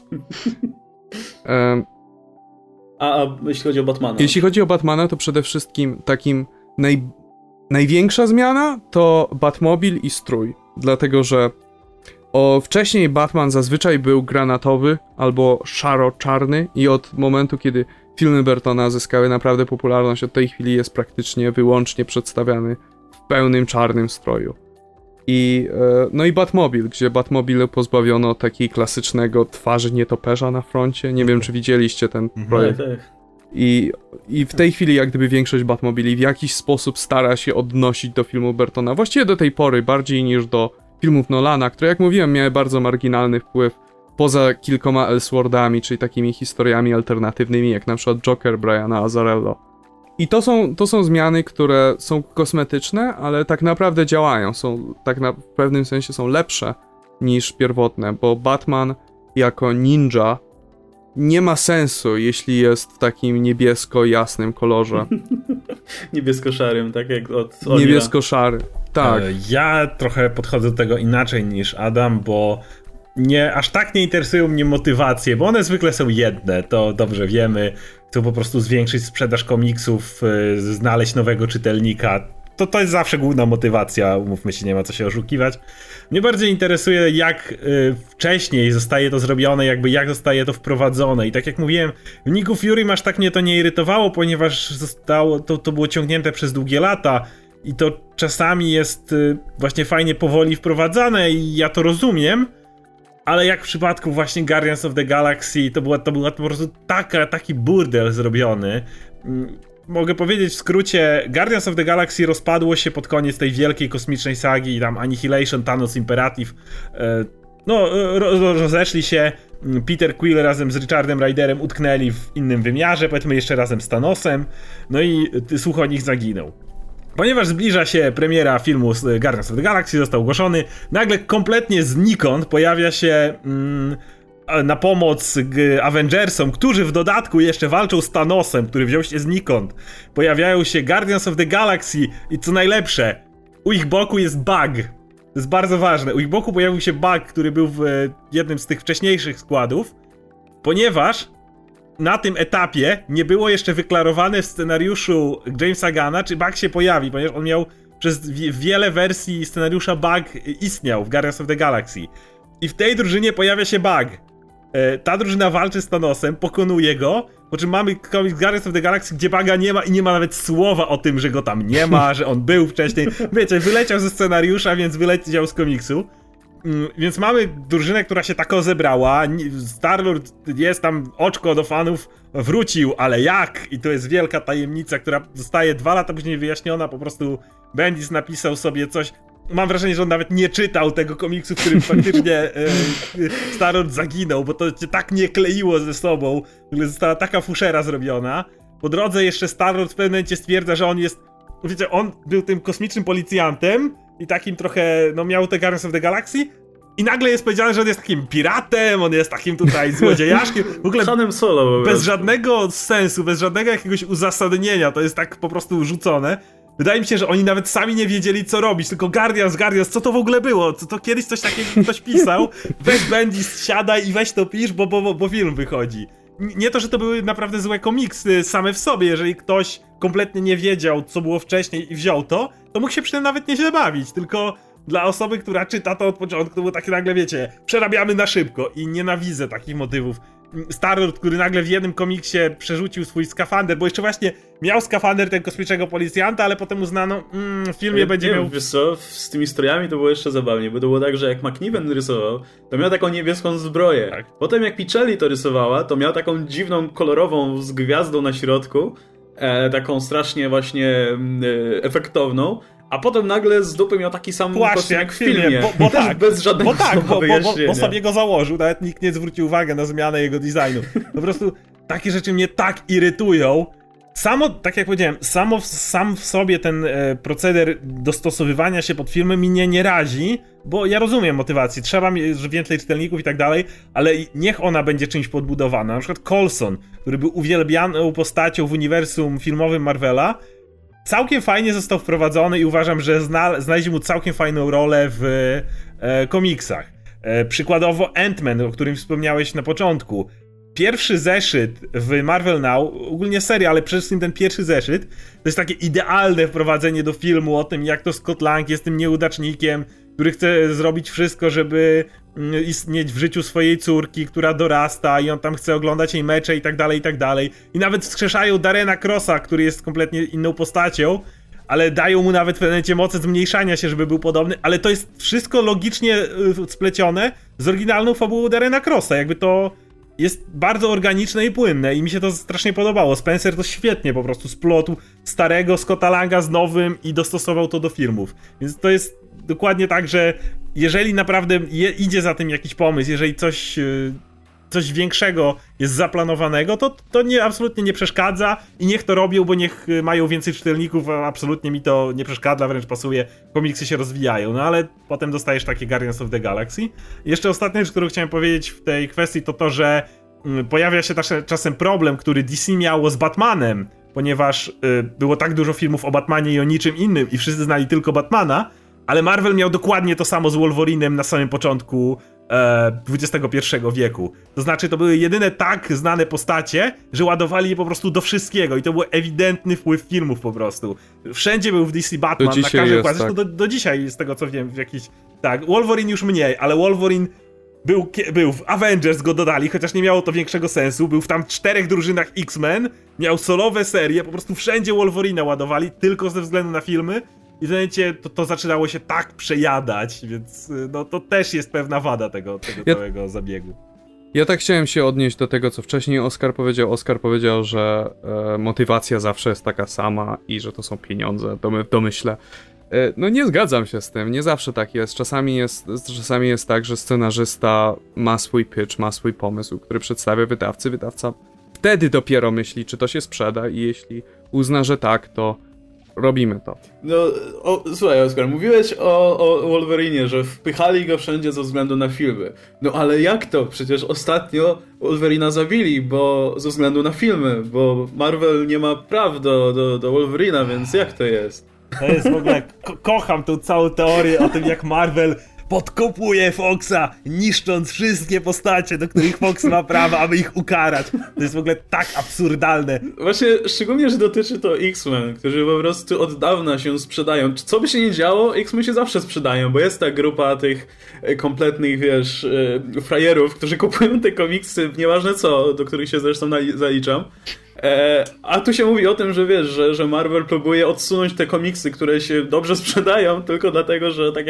A jeśli chodzi o Batmana? Jeśli chodzi o Batmana, to przede wszystkim takim największa zmiana to Batmobil i strój. Dlatego, że wcześniej Batman zazwyczaj był granatowy albo szaro-czarny i od momentu, kiedy filmy Burtona zyskały naprawdę popularność, od tej chwili jest praktycznie wyłącznie przedstawiany w pełnym czarnym stroju. No i Batmobil, gdzie Batmobil pozbawiono takiej klasycznego twarzy nietoperza na froncie. Nie wiem, czy widzieliście ten projekt. I w tej chwili jak gdyby większość Batmobili w jakiś sposób stara się odnosić do filmu Burtona. Właściwie do tej pory, bardziej niż do filmów Nolana, które jak mówiłem miały bardzo marginalny wpływ poza kilkoma Elseworldami, czyli takimi historiami alternatywnymi, jak na przykład Joker Briana Azzarello. I to są zmiany, które są kosmetyczne, ale tak naprawdę działają. W pewnym sensie są lepsze niż pierwotne, bo Batman jako ninja nie ma sensu, jeśli jest w takim niebiesko-jasnym kolorze. Niebiesko-szarym, tak jak od Olira. Niebiesko-szary, tak. Ja trochę podchodzę do tego inaczej niż Adam, bo aż tak nie interesują mnie motywacje, bo one zwykle są jedne, to dobrze wiemy. Chcą po prostu zwiększyć sprzedaż komiksów, znaleźć nowego czytelnika. To jest zawsze główna motywacja, umówmy się, nie ma co się oszukiwać. Mnie bardziej interesuje, jak wcześniej zostaje to zrobione, jak zostaje to wprowadzone. I tak jak mówiłem, w Nick Fury aż tak mnie to nie irytowało, ponieważ to było ciągnięte przez długie lata i to czasami jest właśnie fajnie powoli wprowadzane i ja to rozumiem. Ale jak w przypadku właśnie Guardians of the Galaxy, to była po prostu taki burdel zrobiony. Mogę powiedzieć w skrócie, Guardians of the Galaxy rozpadło się pod koniec tej wielkiej kosmicznej sagi, tam Annihilation, Thanos, Imperative. Rozeszli się, Peter Quill razem z Richardem Ryderem utknęli w innym wymiarze, powiedzmy jeszcze razem z Thanosem, no i słuch o nich zaginął. Ponieważ zbliża się premiera filmu z Guardians of the Galaxy, został ogłoszony, nagle kompletnie znikąd pojawia się na pomoc Avengersom, którzy w dodatku jeszcze walczą z Thanosem, który wziął się znikąd. Pojawiają się Guardians of the Galaxy i co najlepsze, u ich boku jest bug. To jest bardzo ważne. U ich boku pojawił się bug, który był w jednym z tych wcześniejszych składów, ponieważ na tym etapie nie było jeszcze wyklarowane w scenariuszu Jamesa Gunna, czy bug się pojawi, ponieważ on miał przez wiele wersji scenariusza bug istniał w Guardians of the Galaxy. I w tej drużynie pojawia się bug. Ta drużyna walczy z Thanosem, pokonuje go, po czym mamy komiks Guardians of the Galaxy, gdzie buga nie ma i nie ma nawet słowa o tym, że go tam nie ma, że on był wcześniej. Wiecie, wyleciał ze scenariusza, więc wyleciał z komiksu. Więc mamy drużynę, która się tako zebrała. Star-Lord jest tam, oczko do fanów wrócił, ale jak? I to jest wielka tajemnica, która zostaje 2 lata później wyjaśniona. Po prostu Bendis napisał sobie coś. Mam wrażenie, że on nawet nie czytał tego komiksu, w którym faktycznie Star-Lord zaginął, bo to się tak nie kleiło ze sobą. Została taka fuszera zrobiona. po drodze jeszcze Star-Lord w pewnym momencie stwierdza, że on jest, wiecie, on był tym kosmicznym policjantem i takim trochę, no miał te Guardians of the Galaxy i nagle jest powiedziane, że on jest takim piratem, on jest takim tutaj złodziejaszkiem, w ogóle Hanem Solo. bez żadnego sensu, bez żadnego jakiegoś uzasadnienia, to jest tak po prostu rzucone. Wydaje mi się, że oni nawet sami nie wiedzieli, co robić, tylko Guardians, co to w ogóle było? To kiedyś coś takiego ktoś pisał, weź Bendis, siadaj i weź to pisz, bo film wychodzi. Nie to, że to były naprawdę złe komiksy same w sobie, jeżeli ktoś kompletnie nie wiedział, co było wcześniej i wziął to mógł się przy tym nawet nieźle bawić, tylko dla osoby, która czyta to od początku, to było takie nagle, wiecie, przerabiamy na szybko i nienawidzę takich motywów. Star-Lord, który nagle w jednym komiksie przerzucił swój skafander, bo jeszcze właśnie miał skafander tego kosmicznego policjanta, ale potem uznano, w filmie będzie miał... Wiesz co, z tymi strojami to było jeszcze zabawnie, bo to było tak, że jak McNiven rysował, to miał taką niebieską zbroję. Tak. Potem jak Pichelli to rysowała, to miał taką dziwną, kolorową, z gwiazdą na środku, taką strasznie właśnie efektowną, a potem nagle z dupy miał taki sam kostium jak w filmie. Bo tak, bez żadnego bo sobie go założył, nawet nikt nie zwrócił uwagi na zmianę jego designu. Po prostu takie rzeczy mnie tak irytują. Samo, tak jak powiedziałem, sam w sobie ten proceder dostosowywania się pod filmy mnie nie razi, bo ja rozumiem motywację, trzeba mieć więcej czytelników i tak dalej, ale niech ona będzie czymś podbudowana. Na przykład Coulson, który był uwielbianą postacią w uniwersum filmowym Marvela, całkiem fajnie został wprowadzony i uważam, że znaleźli mu całkiem fajną rolę w komiksach. Przykładowo Ant-Man, o którym wspomniałeś na początku. Pierwszy zeszyt w Marvel Now, ogólnie seria, ale przede wszystkim ten pierwszy zeszyt, to jest takie idealne wprowadzenie do filmu o tym, jak to Scott Lang jest tym nieudacznikiem, który chce zrobić wszystko, żeby istnieć w życiu swojej córki, która dorasta i on tam chce oglądać jej mecze i tak dalej, i tak dalej. I nawet wskrzeszają Darrena Crossa, który jest kompletnie inną postacią, ale dają mu nawet w pewnym momencie moce zmniejszania się, żeby był podobny, ale to jest wszystko logicznie splecione z oryginalną fabułą Darrena Crossa, jakby to jest bardzo organiczne i płynne i mi się to strasznie podobało. Spencer to świetnie po prostu splotł starego Scotta Langa z nowym i dostosował to do filmów. Więc to jest dokładnie tak, że jeżeli naprawdę idzie za tym jakiś pomysł, jeżeli coś większego jest zaplanowanego, to absolutnie nie przeszkadza i niech to robią, bo niech mają więcej czytelników, a absolutnie mi to nie przeszkadza, wręcz pasuje, komiksy się rozwijają, no ale potem dostajesz takie Guardians of the Galaxy. Jeszcze ostatnia rzecz, którą chciałem powiedzieć w tej kwestii, to że pojawia się czasem problem, który DC miało z Batmanem, ponieważ było tak dużo filmów o Batmanie i o niczym innym i wszyscy znali tylko Batmana, ale Marvel miał dokładnie to samo z Wolverinem na samym początku XXI wieku. To znaczy, to były jedyne tak znane postacie, że ładowali je po prostu do wszystkiego i to był ewidentny wpływ filmów po prostu. Wszędzie był w DC Batman, na każdym układzie. Zresztą do dzisiaj, z tego co wiem, w jakiś... Tak, Wolverine już mniej, ale Wolverine był w Avengers, go dodali, chociaż nie miało to większego sensu. Był w tam 4 drużynach X-Men, miał solowe serie, po prostu wszędzie Wolverina ładowali, tylko ze względu na filmy. I w momencie to zaczynało się tak przejadać, więc no to też jest pewna wada tego całego zabiegu. Ja tak chciałem się odnieść do tego, co wcześniej Oskar powiedział. Oskar powiedział, że motywacja zawsze jest taka sama i że to są pieniądze, domyślę. No nie zgadzam się z tym, nie zawsze tak jest. Czasami jest tak, że scenarzysta ma swój pitch, ma swój pomysł, który przedstawia wydawcy. Wydawca wtedy dopiero myśli, czy to się sprzeda i jeśli uzna, że tak, to robimy to. No, słuchaj Oskar, mówiłeś o Wolverinie, że wpychali go wszędzie ze względu na filmy. No ale jak to? Przecież ostatnio Wolverina zabili, bo ze względu na filmy, bo Marvel nie ma praw do Wolverina, więc jak to jest? To jest w ogóle... kocham tą całą teorię o tym, jak Marvel podkopuje Foxa, niszcząc wszystkie postacie, do których Fox ma prawa, aby ich ukarać. To jest w ogóle tak absurdalne. Właśnie, szczególnie, że dotyczy to X-Men, którzy po prostu od dawna się sprzedają. Co by się nie działo, X-Men się zawsze sprzedają, bo jest ta grupa tych kompletnych, wiesz, frajerów, którzy kupują te komiksy, nieważne co, do których się zresztą zaliczam. A tu się mówi o tym, że wiesz, że Marvel próbuje odsunąć te komiksy, które się dobrze sprzedają, tylko dlatego,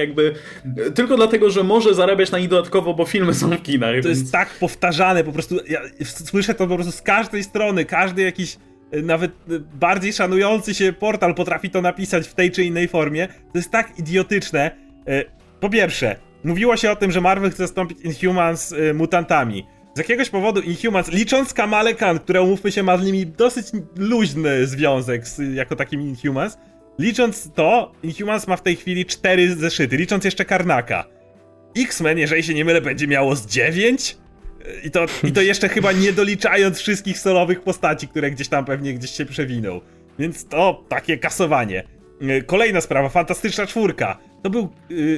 że może zarabiać na nich dodatkowo, bo filmy są w kinach. To jest tak powtarzane, po prostu ja słyszę to po prostu z każdej strony, każdy jakiś nawet bardziej szanujący się portal potrafi to napisać w tej czy innej formie. To jest tak idiotyczne. Po pierwsze, mówiło się o tym, że Marvel chce zastąpić Inhumans mutantami. z jakiegoś powodu Inhumans, licząc Kamale Khan, która umówmy się ma z nimi dosyć luźny związek jako takim Inhumans, licząc to, Inhumans ma w tej chwili 4 zeszyty, licząc jeszcze Karnaka. X-Men, jeżeli się nie mylę, będzie miało z 9? I to jeszcze chyba nie doliczając wszystkich solowych postaci, które gdzieś się przewiną. Więc to takie kasowanie. Kolejna sprawa, Fantastyczna Czwórka. To był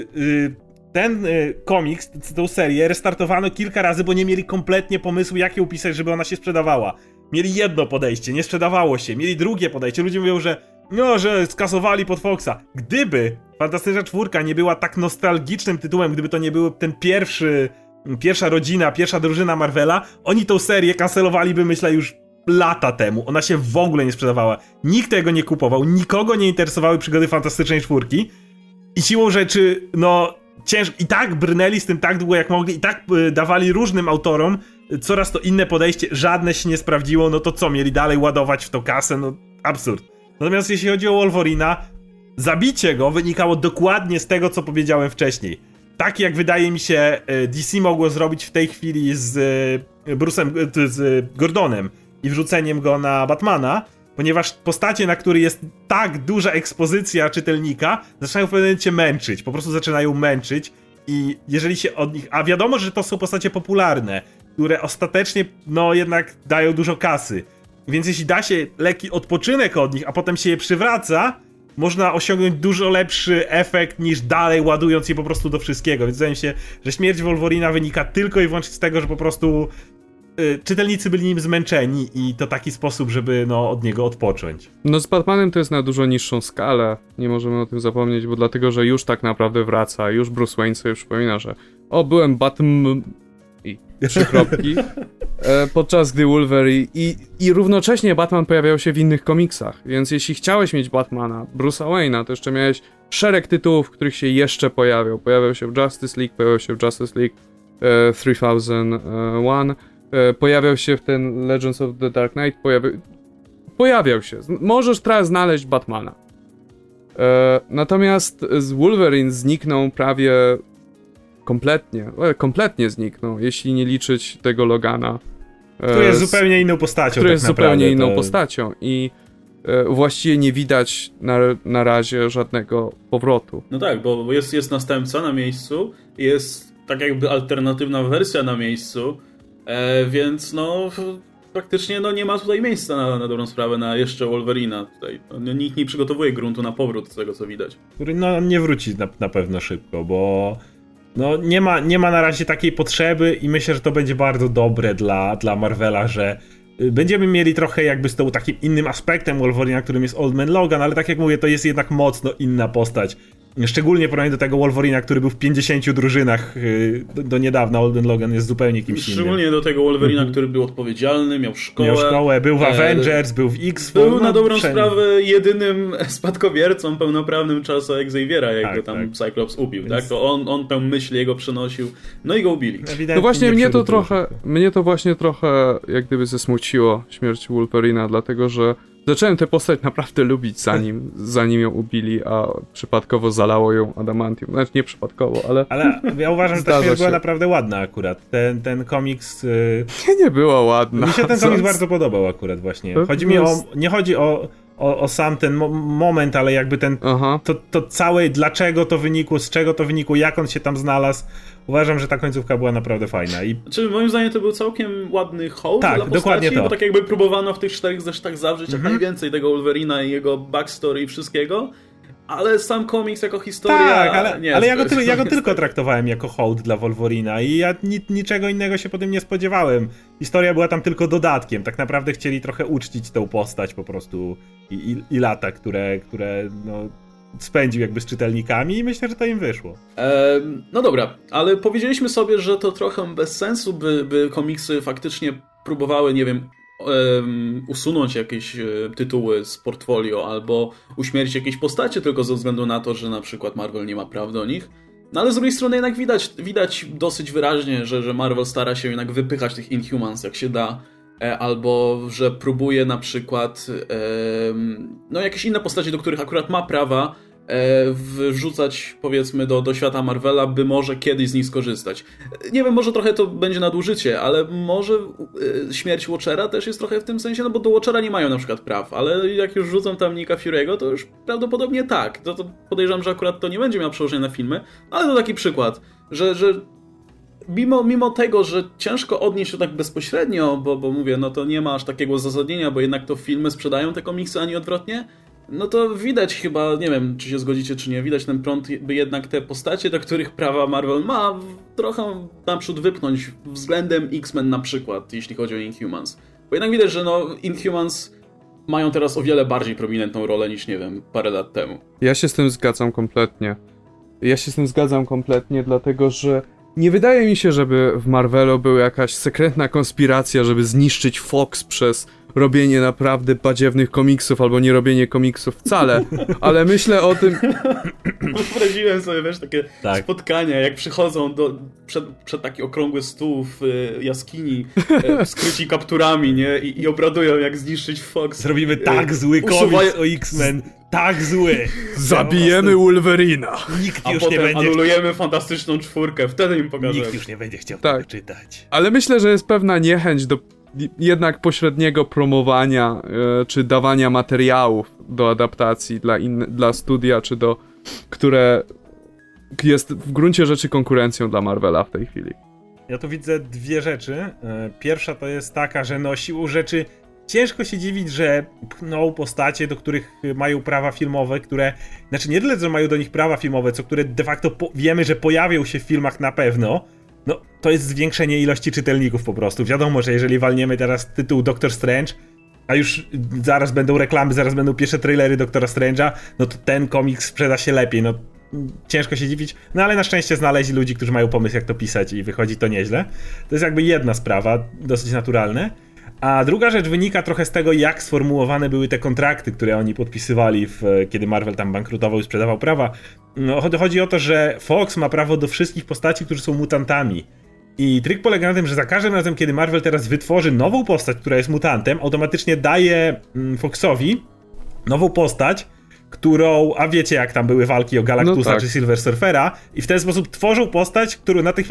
ten komiks, tę serię restartowano kilka razy, bo nie mieli kompletnie pomysłu, jak ją upisać, żeby ona się sprzedawała. Mieli jedno podejście, nie sprzedawało się. Mieli drugie podejście. Ludzie mówią, że skasowali pod Foxa. Gdyby Fantastyczna Czwórka nie była tak nostalgicznym tytułem, gdyby to nie był ten pierwsza rodzina, pierwsza drużyna Marvela, oni tą serię kancelowaliby, myślę, już lata temu. Ona się w ogóle nie sprzedawała. Nikt tego nie kupował, nikogo nie interesowały przygody Fantastycznej Czwórki i siłą rzeczy, ciężko. I tak brnęli z tym tak długo jak mogli, i tak dawali różnym autorom coraz to inne podejście, żadne się nie sprawdziło, no to co, mieli dalej ładować w to kasę? No absurd. Natomiast jeśli chodzi o Wolverina, zabicie go wynikało dokładnie z tego, co powiedziałem wcześniej. Tak jak wydaje mi się DC mogło zrobić w tej chwili z Gordonem i wrzuceniem go na Batmana, ponieważ postacie, na której jest tak duża ekspozycja czytelnika, zaczynają w pewnym momencie męczyć, po prostu zaczynają męczyć i jeżeli się od nich... A wiadomo, że to są postacie popularne, które ostatecznie, jednak dają dużo kasy. Więc jeśli da się lekki odpoczynek od nich, a potem się je przywraca, można osiągnąć dużo lepszy efekt niż dalej ładując je po prostu do wszystkiego. Więc wydaje mi się, że śmierć Wolverina wynika tylko i wyłącznie z tego, że po prostu czytelnicy byli nim zmęczeni i to taki sposób, żeby od niego odpocząć. Z Batmanem to jest na dużo niższą skalę, nie możemy o tym zapomnieć, bo dlatego, że już tak naprawdę wraca, już Bruce Wayne sobie przypomina, że byłem Batman i 3 kropki, podczas gdy Wolverine i równocześnie Batman pojawiał się w innych komiksach, więc jeśli chciałeś mieć Batmana, Bruce'a Wayne'a, to jeszcze miałeś szereg tytułów, w których się jeszcze pojawiał. Pojawiał się w Justice League, pojawiał się w Justice League 3001, pojawiał się w ten Legends of the Dark Knight, pojawiał się. Możesz teraz znaleźć Batmana. Natomiast Wolverine zniknął prawie kompletnie zniknął, jeśli nie liczyć tego Logana. Który jest zupełnie inną postacią. Który jest zupełnie inną postacią i właściwie nie widać na razie żadnego powrotu. No tak, bo jest następca na miejscu, jest tak jakby alternatywna wersja na miejscu, więc praktycznie nie ma tutaj miejsca na dobrą sprawę na jeszcze Wolverina. Tutaj nikt nie przygotowuje gruntu na powrót z tego, co widać. Który nie wróci na pewno szybko, bo nie ma na razie takiej potrzeby i myślę, że to będzie bardzo dobre dla Marvela, że będziemy mieli trochę jakby z tą takim innym aspektem Wolverina, którym jest Old Man Logan, ale tak jak mówię, to jest jednak mocno inna postać. Szczególnie w porównaniu do tego Wolverina, który był w 50 drużynach do niedawna. Old Man Logan jest zupełnie kimś innym. Szczególnie do tego Wolverina, który był odpowiedzialny, miał szkołę. Był w Avengers, był w X-Men. Był na dobrą sprawę jedynym spadkobiercą pełnoprawnym czasu Xaviera, jak go tam Cyclops ubił. Więc... Tak? To on tę myśl jego przenosił, i go ubili. No właśnie mnie to właśnie trochę jak gdyby zesmuciło śmierć Wolverina, dlatego że zacząłem tę postać naprawdę lubić zanim ją ubili, a przypadkowo zalało ją adamantium. Znaczy nie przypadkowo, ale... Ale ja uważam, że ta śmierć była naprawdę ładna akurat. Ten komiks... Nie była ładna. Mi się ten komiks bardzo podobał akurat właśnie. Nie chodzi o sam ten moment, ale jakby to całe dlaczego to wynikło, z czego to wynikło, jak on się tam znalazł. Uważam, że ta końcówka była naprawdę fajna. Moim zdaniem to był całkiem ładny hołd dla postaci, dokładnie to. Bo tak jakby próbowano w tych 4 zeszytach zawrzeć jak najwięcej tego Wolverina i jego backstory i wszystkiego, ale sam komiks jako historia... Tak, ale ja go tylko traktowałem jako hołd dla Wolverina i ja niczego innego się po tym nie spodziewałem. Historia była tam tylko dodatkiem. Tak naprawdę chcieli trochę uczcić tę postać po prostu i lata, które spędził jakby z czytelnikami i myślę, że to im wyszło. No dobra, ale powiedzieliśmy sobie, że to trochę bez sensu, by komiksy faktycznie próbowały, nie wiem, usunąć jakieś tytuły z portfolio albo uśmiercić jakieś postacie tylko ze względu na to, że na przykład Marvel nie ma praw do nich. No ale z drugiej strony jednak widać dosyć wyraźnie, że Marvel stara się jednak wypychać tych Inhumans jak się da, albo że próbuje na przykład jakieś inne postacie, do których akurat ma prawa, wrzucać, powiedzmy, do świata Marvela, by może kiedyś z nich skorzystać. Nie wiem, może trochę to będzie nadużycie, ale może śmierć Watchera też jest trochę w tym sensie, no bo do Watchera nie mają na przykład praw, ale jak już rzucą tam Nicka Fury'ego, to już prawdopodobnie tak. To podejrzewam, że akurat to nie będzie miało przełożenia na filmy, ale to taki przykład, że mimo tego, że ciężko odnieść to tak bezpośrednio, bo mówię, no to nie ma aż takiego uzasadnienia, bo jednak to filmy sprzedają te komiksy, a nie odwrotnie, no to widać chyba, nie wiem, czy się zgodzicie, czy nie, widać ten prąd, by jednak te postacie, do których prawa Marvel ma, trochę naprzód wypchnąć względem X-Men na przykład, jeśli chodzi o Inhumans. Bo jednak widać, że no Inhumans mają teraz o wiele bardziej prominentną rolę niż, nie wiem, parę lat temu. Ja się z tym zgadzam kompletnie, dlatego że nie wydaje mi się, żeby w Marvelu była jakaś sekretna konspiracja, żeby zniszczyć Fox przez robienie naprawdę badziewnych komiksów albo nie robienie komiksów wcale, ale myślę o tym... Wyobraziłem sobie, wiesz, takie spotkania, jak przychodzą przed taki okrągły stół w jaskini, skryci kapturami, nie? I obradują, jak zniszczyć Fox. Zrobimy tak zły komiks o X-Men, tak zły. Zabijemy Wolverina. Nikt już nie będzie... anulujemy Fantastyczną Czwórkę, wtedy im pokażemy. Nikt już nie będzie chciał tego czytać. Ale myślę, że jest pewna niechęć do jednak pośredniego promowania czy dawania materiałów do adaptacji dla studia, czy które jest w gruncie rzeczy konkurencją dla Marvela w tej chwili. Ja tu widzę dwie rzeczy. Pierwsza to jest taka, że no siłą rzeczy ciężko się dziwić, że pchną postacie, do których mają prawa filmowe, które... Znaczy nie tyle, że mają do nich prawa filmowe, co które de facto wiemy, że pojawią się w filmach na pewno. No, to jest zwiększenie ilości czytelników po prostu. Wiadomo, że jeżeli walniemy teraz tytuł Doctor Strange, a już zaraz będą reklamy, zaraz będą pierwsze trailery Doktora Strange'a, no to ten komiks sprzeda się lepiej. No, ciężko się dziwić, no ale na szczęście znaleźli ludzi, którzy mają pomysł, jak to pisać i wychodzi to nieźle. To jest jakby jedna sprawa, dosyć naturalne. A druga rzecz wynika trochę z tego, jak sformułowane były te kontrakty, które oni podpisywali, kiedy Marvel tam bankrutował i sprzedawał prawa. No, chodzi o to, że Fox ma prawo do wszystkich postaci, którzy są mutantami. I trik polega na tym, że za każdym razem, kiedy Marvel teraz wytworzy nową postać, która jest mutantem, automatycznie daje Foxowi nową postać, którą, a wiecie jak tam były walki o Galactusa czy Silver Surfera, i w ten sposób tworzą postać,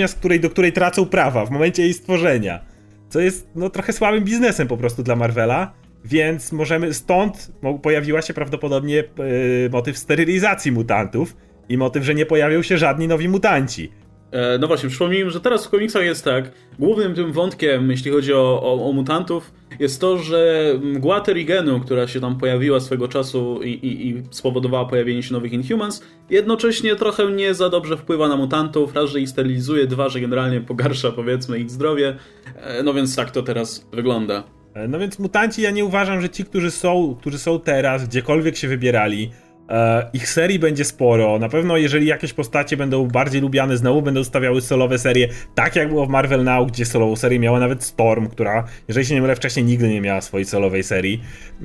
do której tracą prawa w momencie jej stworzenia. Co jest no trochę słabym biznesem po prostu dla Marvela, więc stąd pojawiła się prawdopodobnie motyw sterylizacji mutantów i motyw, że nie pojawią się żadni nowi mutanci. No właśnie, przypomnijmy, że teraz w komiksach jest tak, głównym tym wątkiem, jeśli chodzi o mutantów, jest to, że mgła Terrigenu, która się tam pojawiła swego czasu i spowodowała pojawienie się nowych Inhumans, jednocześnie trochę nie za dobrze wpływa na mutantów, raz, że ich sterylizuje, dwa, że generalnie pogarsza, powiedzmy, ich zdrowie, no więc tak to teraz wygląda. No więc mutanci, ja nie uważam, że ci, którzy są teraz, gdziekolwiek się wybierali, ich serii będzie sporo. Na pewno jeżeli jakieś postacie będą bardziej lubiane, znowu będą stawiały solowe serie, tak jak było w Marvel Now, gdzie solową serię miała nawet Storm, która, jeżeli się nie mylę, wcześniej nigdy nie miała swojej solowej serii.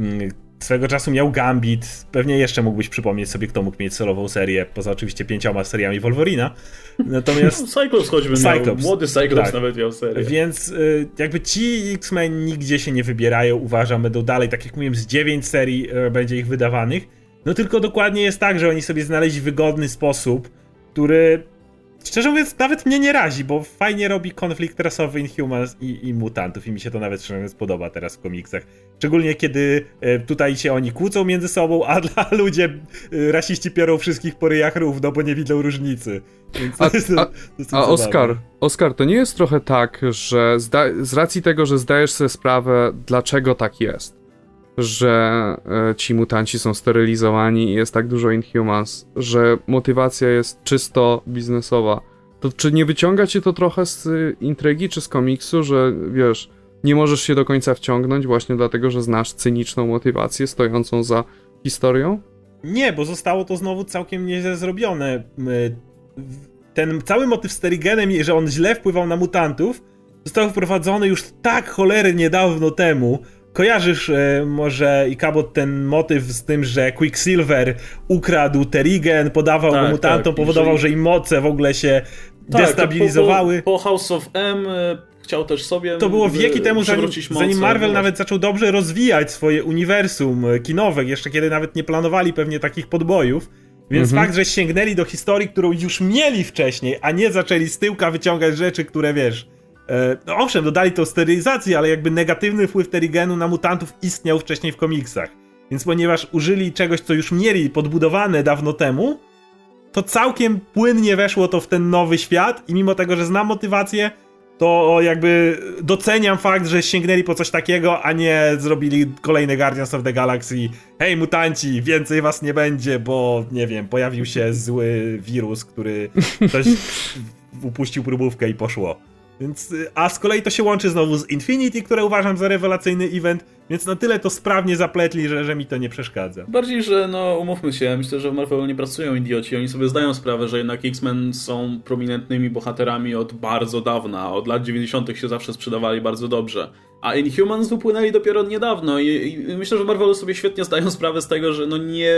Swego czasu miał Gambit, pewnie jeszcze mógłbyś przypomnieć sobie, kto mógł mieć solową serię, poza oczywiście 5 seriami Wolverina. Natomiast... Cyclops choćby miał, młody Cyclops nawet miał serię. Więc jakby ci X-Men nigdzie się nie wybierają, uważam, będą dalej, tak jak mówiłem, z 9 serii będzie ich wydawanych. No tylko dokładnie jest tak, że oni sobie znaleźli wygodny sposób, który, szczerze mówiąc, nawet mnie nie razi, bo fajnie robi konflikt rasowy Inhumans i mutantów i mi się to nawet szczerze mówiąc podoba teraz w komiksach. Szczególnie kiedy tutaj się oni kłócą między sobą, a dla ludzie rasiści piorą wszystkich po ryjach równo, bo nie widzą różnicy. Więc Oskar, to nie jest trochę tak, że z racji tego, że zdajesz sobie sprawę, dlaczego tak jest, że ci mutanci są sterylizowani i jest tak dużo Inhumans, że motywacja jest czysto biznesowa, to czy nie wyciąga cię to trochę z intrygi czy z komiksu, że wiesz, nie możesz się do końca wciągnąć właśnie dlatego, że znasz cyniczną motywację stojącą za historią? Nie, bo zostało to znowu całkiem nieźle zrobione. Ten cały motyw z Terrigenem, że on źle wpływał na mutantów, został wprowadzony już tak cholernie dawno temu. Kojarzysz może, Ikabot, ten motyw z tym, że Quicksilver ukradł Terrigen, podawał go mutantom, powodował, że im moce w ogóle się destabilizowały. Po House of M chciał też sobie to było wieki temu, zanim Marvel nawet zaczął dobrze rozwijać swoje uniwersum kinowe, jeszcze kiedy nawet nie planowali pewnie takich podbojów. Więc fakt, że sięgnęli do historii, którą już mieli wcześniej, a nie zaczęli z tyłka wyciągać rzeczy, które wiesz... No owszem, dodali tą sterylizację, ale jakby negatywny wpływ Terrigenu na mutantów istniał wcześniej w komiksach. Więc ponieważ użyli czegoś, co już mieli podbudowane dawno temu, to całkiem płynnie weszło to w ten nowy świat i mimo tego, że znam motywację, to jakby doceniam fakt, że sięgnęli po coś takiego, a nie zrobili kolejny Guardians of the Galaxy. Hej mutanci, więcej was nie będzie, bo nie wiem, pojawił się zły wirus, który ktoś upuścił próbówkę i poszło. Więc, a z kolei to się łączy znowu z Infinity, które uważam za rewelacyjny event, więc na tyle to sprawnie zapletli, że mi to nie przeszkadza. Bardziej, że no umówmy się, myślę, że w Marvelu nie pracują idioci, oni sobie zdają sprawę, że jednak X-Men są prominentnymi bohaterami od bardzo dawna, od lat 90. się zawsze sprzedawali bardzo dobrze. A Inhumans wypłynęli dopiero niedawno i myślę, że Marvelu sobie świetnie zdają sprawę z tego, że no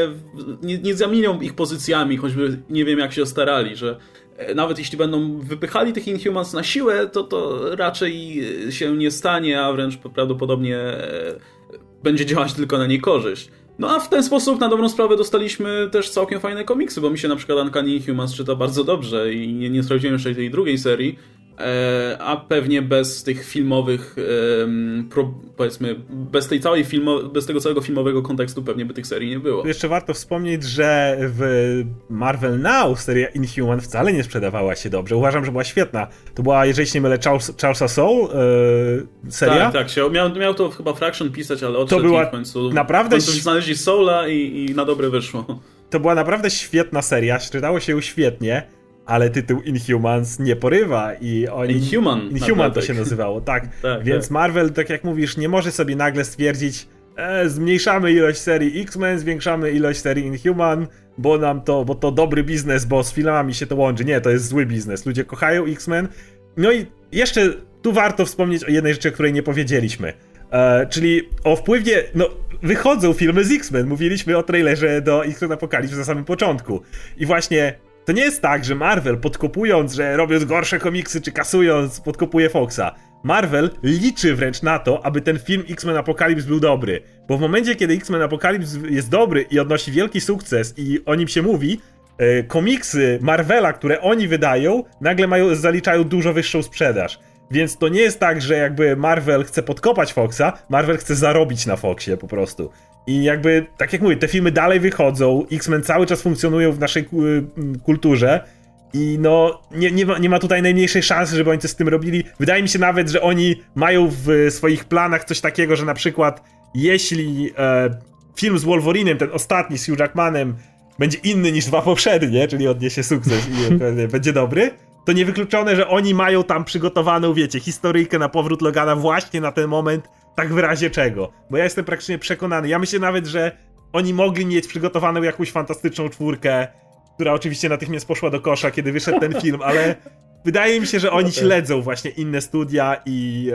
nie zamienią ich pozycjami, choćby nie wiem jak się starali, że nawet jeśli będą wypychali tych Inhumans na siłę, to raczej się nie stanie, a wręcz prawdopodobnie będzie działać tylko na niekorzyść. No a w ten sposób na dobrą sprawę dostaliśmy też całkiem fajne komiksy, bo mi się na przykład Uncanny Inhumans czyta bardzo dobrze i nie sprawdziłem jeszcze tej drugiej serii, a pewnie bez tych filmowych, powiedzmy, bez tego całego filmowego kontekstu pewnie by tych serii nie było. Jeszcze warto wspomnieć, że w Marvel Now seria Inhuman wcale nie sprzedawała się dobrze. Uważam, że była świetna. To była, jeżeli się nie mylę, Charlesa Soule seria. Tak, miał to chyba Fraction pisać, ale odszedł to była w końcu. Naprawdę w końcu znaleźli Soula i na dobre wyszło. To była naprawdę świetna seria, czytało się ją świetnie. Ale tytuł Inhumans nie porywa i oni... Inhuman to się nazywało, tak. Więc Marvel, tak jak mówisz, nie może sobie nagle stwierdzić zmniejszamy ilość serii X-Men, zwiększamy ilość serii Inhuman, bo to dobry biznes, bo z filmami się to łączy. Nie, to jest zły biznes. Ludzie kochają X-Men. No i jeszcze tu warto wspomnieć o jednej rzeczy, o której nie powiedzieliśmy. Czyli o wpływie... No, wychodzą filmy z X-Men. Mówiliśmy o trailerze do X-Men Apocalypse na samym początku. I właśnie... To nie jest tak, że Marvel podkopując, że robiąc gorsze komiksy czy kasując, podkopuje Foxa. Marvel liczy wręcz na to, aby ten film X-Men Apocalypse był dobry. Bo w momencie, kiedy X-Men Apocalypse jest dobry i odnosi wielki sukces i o nim się mówi, komiksy Marvela, które oni wydają, nagle zaliczają dużo wyższą sprzedaż. Więc to nie jest tak, że jakby Marvel chce podkopać Foxa, Marvel chce zarobić na Foxie po prostu. I jakby, tak jak mówię, te filmy dalej wychodzą, X-Men cały czas funkcjonują w naszej kulturze i no nie ma tutaj najmniejszej szansy, żeby oni coś z tym robili. Wydaje mi się nawet, że oni mają w swoich planach coś takiego, że na przykład jeśli film z Wolverinem, ten ostatni z Hugh Jackmanem, będzie inny niż dwa poprzednie, czyli odniesie sukces i będzie dobry, to niewykluczone, że oni mają tam przygotowaną, wiecie, historyjkę na powrót Logana właśnie na ten moment, tak w razie czego. Bo ja jestem praktycznie przekonany. Ja myślę nawet, że oni mogli mieć przygotowaną jakąś fantastyczną czwórkę, która oczywiście natychmiast poszła do kosza, kiedy wyszedł ten film, ale wydaje mi się, że oni śledzą właśnie inne studia i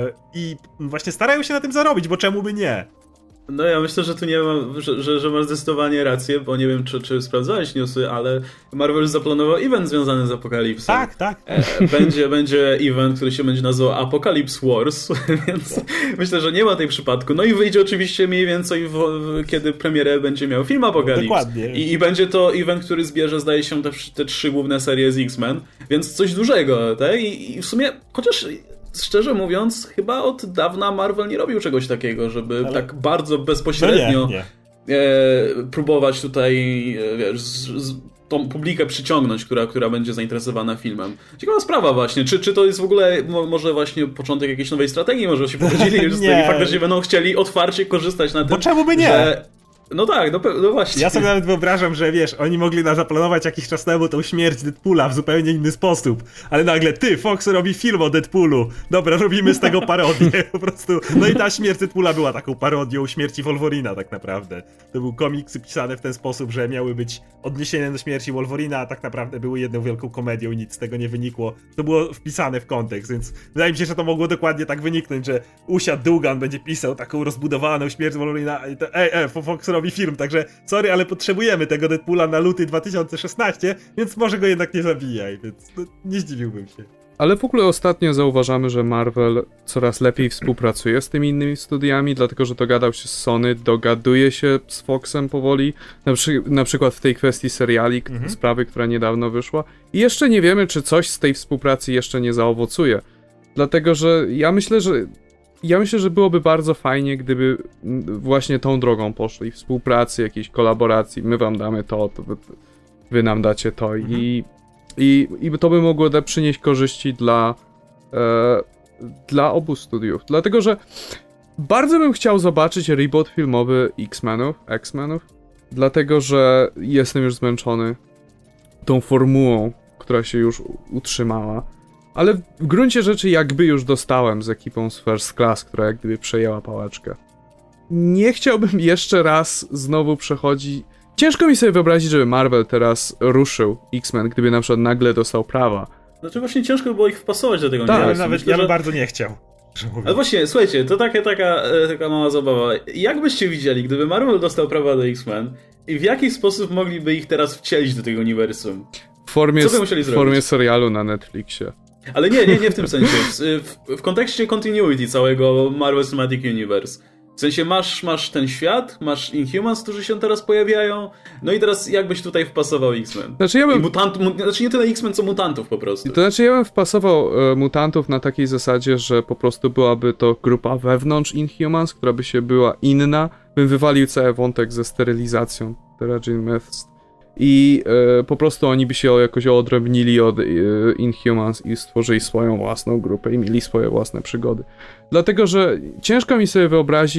właśnie starają się na tym zarobić, bo czemu by nie? No ja myślę, że tu nie ma, że masz zdecydowanie rację, bo nie wiem, czy sprawdzałeś newsy, ale Marvel zaplanował event związany z Apokalipsą. Tak. Będzie event, który się będzie nazywał Apocalypse Wars, więc myślę, że nie ma tej przypadku. No i wyjdzie oczywiście mniej więcej kiedy premierę będzie miał film Apocalypse. Dokładnie. I będzie to event, który zbierze, zdaje się, te 3 główne serie z X-Men, więc coś dużego, tak? I w sumie, chociaż... Szczerze mówiąc, chyba od dawna Marvel nie robił czegoś takiego, żeby tak bardzo bezpośrednio próbować tutaj, wiesz, tą publikę przyciągnąć, która będzie zainteresowana filmem. Ciekawa sprawa właśnie, czy to jest w ogóle może właśnie początek jakiejś nowej strategii, może się pogodzili już z tym i faktycznie będą chcieli otwarcie korzystać na tym, bo czemu by nie? Że... No tak, no właśnie. Ja sobie nawet wyobrażam, że wiesz, oni mogli zaplanować jakiś czas temu tą śmierć Deadpoola w zupełnie inny sposób, ale nagle Fox robi film o Deadpoolu, dobra, robimy z tego parodię, po prostu. No i ta śmierć Deadpoola była taką parodią śmierci Wolverina tak naprawdę. To był komiksy pisane w ten sposób, że miały być odniesienia do śmierci Wolverina, a tak naprawdę były jedną wielką komedią i nic z tego nie wynikło. To było wpisane w kontekst, więc wydaje mi się, że to mogło dokładnie tak wyniknąć, że usiadł Dugan, będzie pisał taką rozbudowaną śmierć Wolverina i to Fox robi film, także sorry, ale potrzebujemy tego Deadpoola na luty 2016, więc może go jednak nie zabijaj, więc no, nie zdziwiłbym się. Ale w ogóle ostatnio zauważamy, że Marvel coraz lepiej współpracuje z tymi innymi studiami, dlatego że dogadał się z Sony, dogaduje się z Foxem powoli, na przykład w tej kwestii seriali, sprawy, która niedawno wyszła. I jeszcze nie wiemy, czy coś z tej współpracy jeszcze nie zaowocuje. Dlatego, że ja myślę, że byłoby bardzo fajnie, gdyby właśnie tą drogą poszli, współpracy, jakiejś kolaboracji, my wam damy to wy nam dacie to i to by mogło przynieść korzyści dla obu studiów. Dlatego, że bardzo bym chciał zobaczyć reboot filmowy X-Menów, dlatego, że jestem już zmęczony tą formułą, która się już utrzymała. Ale w gruncie rzeczy jakby już dostałem z ekipą z First Class, która jak gdyby przejęła pałeczkę. Nie chciałbym jeszcze raz znowu przechodzić. Ciężko mi sobie wyobrazić, żeby Marvel teraz ruszył X-Men, gdyby na przykład nagle dostał prawa. Znaczy właśnie ciężko by było ich wpasować do tego uniwersum. Nawet ja bym bardzo nie chciał. Ale właśnie, słuchajcie, to taka mała zabawa. Jak byście widzieli, gdyby Marvel dostał prawa do X-Men i w jaki sposób mogliby ich teraz wcielić do tego uniwersum? Co by musieli zrobić? W formie serialu na Netflixie. Ale nie w tym sensie. W kontekście continuity całego Marvel Cinematic Universe. W sensie masz ten świat, masz Inhumans, którzy się teraz pojawiają, no i teraz jak byś tutaj wpasował X-Men? Znaczy znaczy nie tyle X-Men, co mutantów po prostu. To znaczy ja bym wpasował mutantów na takiej zasadzie, że po prostu byłaby to grupa wewnątrz Inhumans, która by się była inna, bym wywalił cały wątek ze sterylizacją Terrigen Mist i po prostu oni by się jakoś odrębnili od Inhumans i stworzyli swoją własną grupę i mieli swoje własne przygody. Dlatego, że ciężko mi sobie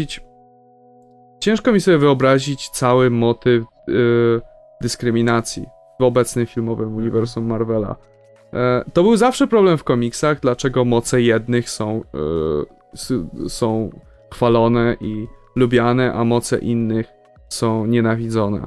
wyobrazić cały motyw dyskryminacji w obecnym filmowym uniwersum Marvela. To był zawsze problem w komiksach, dlaczego moce jednych są chwalone i lubiane, a moce innych są nienawidzone.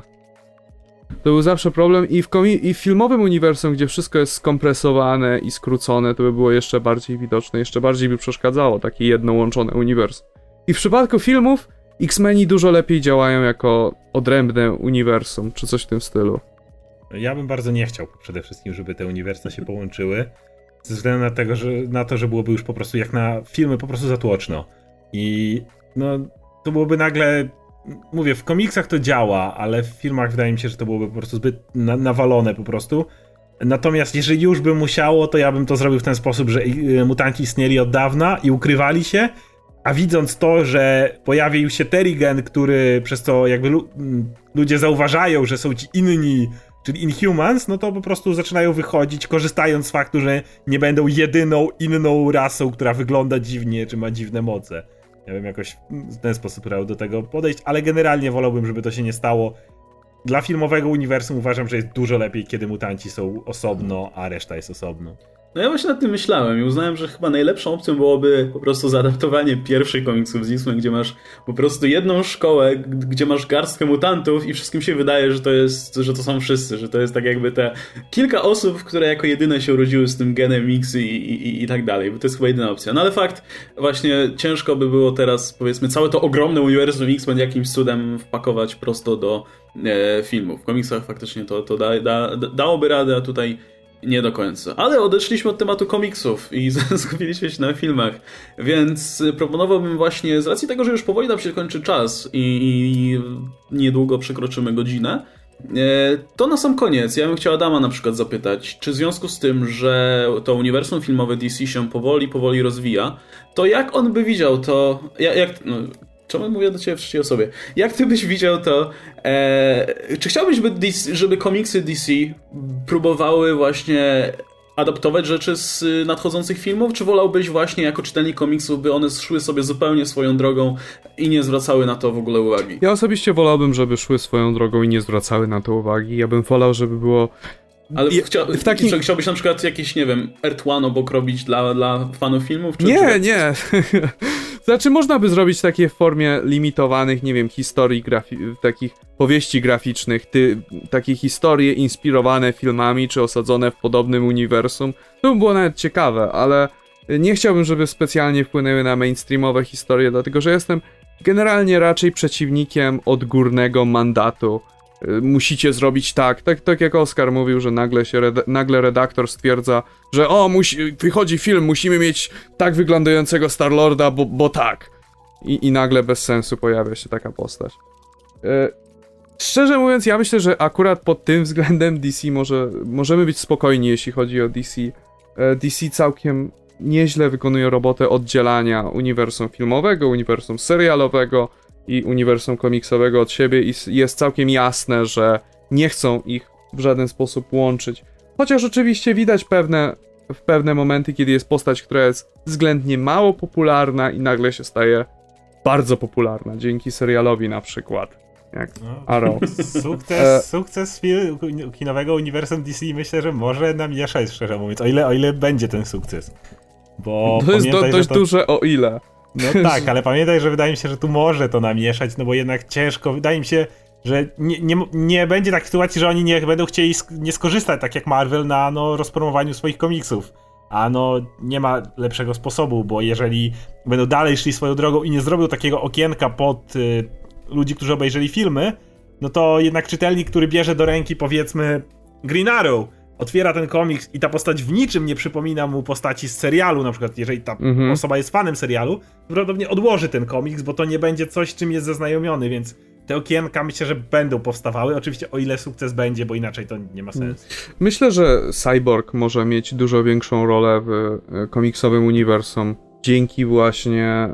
To był zawsze problem i w filmowym uniwersum, gdzie wszystko jest skompresowane i skrócone, to by było jeszcze bardziej widoczne, jeszcze bardziej by przeszkadzało takie jedno łączone uniwersum. I w przypadku filmów X-Meni dużo lepiej działają jako odrębne uniwersum, czy coś w tym stylu. Ja bym bardzo nie chciał przede wszystkim, żeby te uniwersa się połączyły, ze względu na to, że byłoby już po prostu jak na filmy po prostu za tłoczno. I no, to byłoby nagle... Mówię, w komiksach to działa, ale w filmach wydaje mi się, że to byłoby po prostu zbyt nawalone po prostu. Natomiast jeżeli już by musiało, to ja bym to zrobił w ten sposób, że mutanci istnieli od dawna i ukrywali się, a widząc to, że pojawił się Terrigen, który przez to jakby ludzie zauważają, że są ci inni, czyli Inhumans, no to po prostu zaczynają wychodzić, korzystając z faktu, że nie będą jedyną inną rasą, która wygląda dziwnie, czy ma dziwne moce. Ja bym jakoś w ten sposób próbował do tego podejść, ale generalnie wolałbym, żeby to się nie stało. Dla filmowego uniwersum uważam, że jest dużo lepiej, kiedy mutanci są osobno, a reszta jest osobno. No ja właśnie nad tym myślałem i uznałem, że chyba najlepszą opcją byłoby po prostu zaadaptowanie pierwszych komiksów z X-Men, gdzie masz po prostu jedną szkołę, gdzie masz garstkę mutantów i wszystkim się wydaje, że to są wszyscy, że to jest tak jakby te kilka osób, które jako jedyne się urodziły z tym genem X i tak dalej, bo to jest chyba jedyna opcja. No ale fakt, właśnie ciężko by było teraz, powiedzmy, całe to ogromne uniwersum X-Men jakimś cudem wpakować prosto do filmów. W komiksach faktycznie to dałoby radę, a tutaj nie do końca. Ale odeszliśmy od tematu komiksów i skupiliśmy się na filmach, więc proponowałbym właśnie, z racji tego, że już powoli nam się kończy czas i niedługo przekroczymy godzinę, to na sam koniec ja bym chciał Adama na przykład zapytać, czy w związku z tym, że to uniwersum filmowe DC się powoli rozwija, to jak on by widział to... Czemu mówię do ciebie w trzeciej osobie? Jak ty byś widział to? Czy chciałbyś, żeby komiksy DC próbowały właśnie adaptować rzeczy z nadchodzących filmów, czy wolałbyś właśnie jako czytelnik komiksów, by one szły sobie zupełnie swoją drogą i nie zwracały na to w ogóle uwagi? Ja osobiście wolałbym, żeby szły swoją drogą i nie zwracały na to uwagi. Ja bym wolał, żeby było... Ale chciałbyś na przykład jakieś, nie wiem, Earth One obok robić dla fanów filmów? Nie. Znaczy można by zrobić takie w formie limitowanych, nie wiem, historii, takich powieści graficznych, takie historie inspirowane filmami, czy osadzone w podobnym uniwersum. To by było nawet ciekawe, ale nie chciałbym, żeby specjalnie wpłynęły na mainstreamowe historie, dlatego że jestem generalnie raczej przeciwnikiem odgórnego mandatu musicie zrobić tak jak Oskar mówił, że nagle redaktor stwierdza, że wychodzi film, musimy mieć tak wyglądającego Star-Lorda, bo tak. I nagle bez sensu pojawia się taka postać. Szczerze mówiąc, ja myślę, że akurat pod tym względem DC możemy być spokojni, jeśli chodzi o DC. DC całkiem nieźle wykonuje robotę oddzielania uniwersum filmowego, uniwersum serialowego i uniwersum komiksowego od siebie i jest całkiem jasne, że nie chcą ich w żaden sposób łączyć. Chociaż oczywiście widać pewne momenty, kiedy jest postać, która jest względnie mało popularna i nagle się staje bardzo popularna, dzięki serialowi na przykład. Jak Arrow. Sukces kinowego uniwersum DC myślę, że może namieszać, szczerze mówiąc, o ile będzie ten sukces. Bo to jest dość duże o ile. No tak, ale pamiętaj, że wydaje mi się, że tu może to namieszać, no bo jednak ciężko, wydaje mi się, że nie będzie takiej sytuacji, że oni nie będą chcieli nie skorzystać, tak jak Marvel, na rozpromowaniu swoich komiksów. A nie ma lepszego sposobu, bo jeżeli będą dalej szli swoją drogą i nie zrobią takiego okienka pod ludzi, którzy obejrzeli filmy, no to jednak czytelnik, który bierze do ręki, powiedzmy, Green Arrow, otwiera ten komiks i ta postać w niczym nie przypomina mu postaci z serialu, na przykład jeżeli ta osoba jest fanem serialu, prawdopodobnie odłoży ten komiks, bo to nie będzie coś, czym jest zaznajomiony, więc te okienka myślę, że będą powstawały, oczywiście o ile sukces będzie, bo inaczej to nie ma sensu. Myślę, że Cyborg może mieć dużo większą rolę w komiksowym uniwersum dzięki właśnie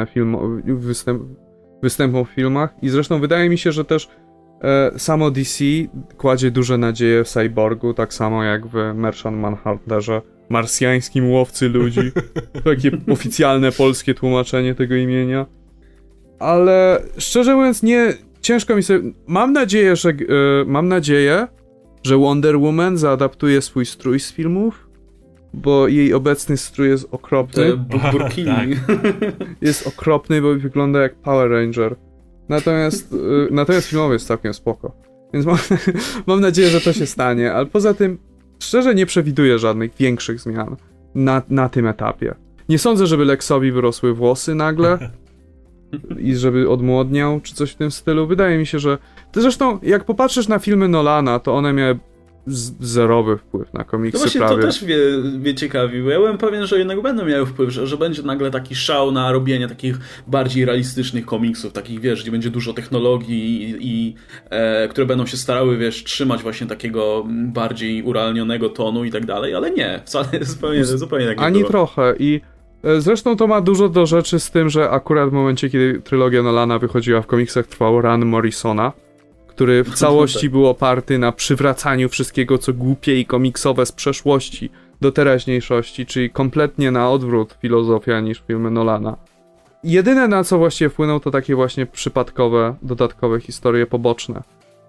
występom w filmach i zresztą wydaje mi się, że też samo DC kładzie duże nadzieje w Cyborgu, tak samo jak w Martian Manhunterze, marsjańskim łowcy ludzi. Takie oficjalne polskie tłumaczenie tego imienia. Ale szczerze mówiąc, ciężko mi sobie... Mam nadzieję, że Wonder Woman zaadaptuje swój strój z filmów, bo jej obecny strój jest okropny. Burkini. Tak. Jest okropny, bo wygląda jak Power Ranger. Natomiast filmowy jest całkiem spoko. Więc mam nadzieję, że to się stanie, ale poza tym szczerze nie przewiduję żadnych większych zmian na tym etapie. Nie sądzę, żeby Lexowi wyrosły włosy nagle i żeby odmłodniał, czy coś w tym stylu. Wydaje mi się, że... Zresztą, jak popatrzysz na filmy Nolana, to one miały zerowy wpływ na komiksy to właśnie prawie. To też mnie ciekawi, bo ja byłem pewien, że jednak będą miały wpływ, że będzie nagle taki szał na robienie takich bardziej realistycznych komiksów, takich, wiesz, gdzie będzie dużo technologii i które będą się starały, trzymać właśnie takiego bardziej urealnionego tonu i tak dalej, ale nie, wcale zupełnie tak nie Ani było. trochę i zresztą to ma dużo do rzeczy z tym, że akurat w momencie, kiedy trylogia Nolana wychodziła w komiksach, trwał run Morrisona, który w całości był oparty na przywracaniu wszystkiego, co głupie i komiksowe z przeszłości do teraźniejszości, czyli kompletnie na odwrót filozofia niż filmy Nolana. Jedyne, na co właściwie wpłynął, to takie właśnie przypadkowe, dodatkowe historie poboczne.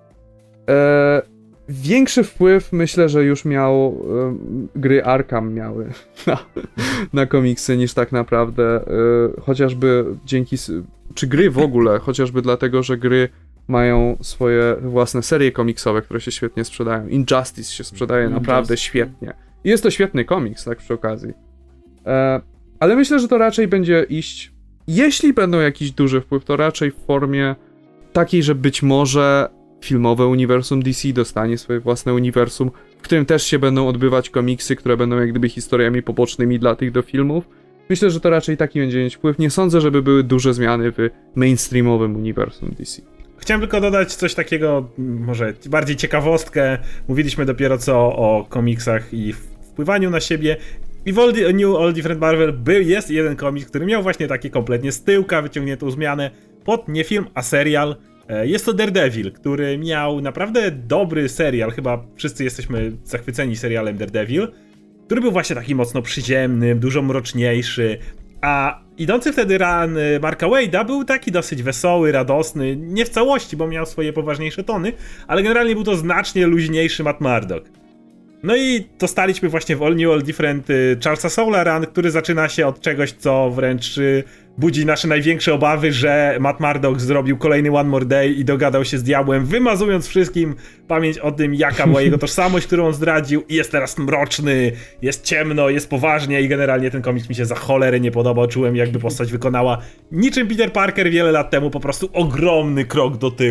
Większy wpływ myślę, że już gry Arkham miały na komiksy niż tak naprawdę chociażby dzięki... czy gry w ogóle, chociażby dlatego, że gry mają swoje własne serie komiksowe, które się świetnie sprzedają. Injustice się sprzedaje naprawdę świetnie. I jest to świetny komiks, tak przy okazji. Ale myślę, że to raczej będzie iść... Jeśli będą jakiś duży wpływ, to raczej w formie takiej, że być może filmowe uniwersum DC dostanie swoje własne uniwersum, w którym też się będą odbywać komiksy, które będą jak gdyby historiami pobocznymi dla tych do filmów. Myślę, że to raczej taki będzie mieć wpływ. Nie sądzę, żeby były duże zmiany w mainstreamowym uniwersum DC. Chciałem tylko dodać coś takiego, może bardziej ciekawostkę. Mówiliśmy dopiero co o komiksach i wpływaniu na siebie. I w All Different Marvel jest jeden komiks, który miał właśnie takie kompletnie z tyłka wyciągniętą zmianę pod nie film, a serial. Jest to Daredevil, który miał naprawdę dobry serial. Chyba wszyscy jesteśmy zachwyceni serialem Daredevil, który był właśnie taki mocno przyziemny, dużo mroczniejszy. A idący wtedy run Marka Wade'a był taki dosyć wesoły, radosny, nie w całości, bo miał swoje poważniejsze tony, ale generalnie był to znacznie luźniejszy Matt Murdock. No i dostaliśmy właśnie w All Different Charlesa Soula run, który zaczyna się od czegoś, co wręcz budzi nasze największe obawy, że Matt Murdock zrobił kolejny One More Day i dogadał się z diabłem, wymazując wszystkim pamięć o tym, jaka była jego tożsamość, którą on zdradził, i jest teraz mroczny, jest ciemno, jest poważnie i generalnie ten komiks mi się za cholerę nie podobał. Czułem, jakby postać wykonała niczym Peter Parker wiele lat temu po prostu ogromny krok do tyłu.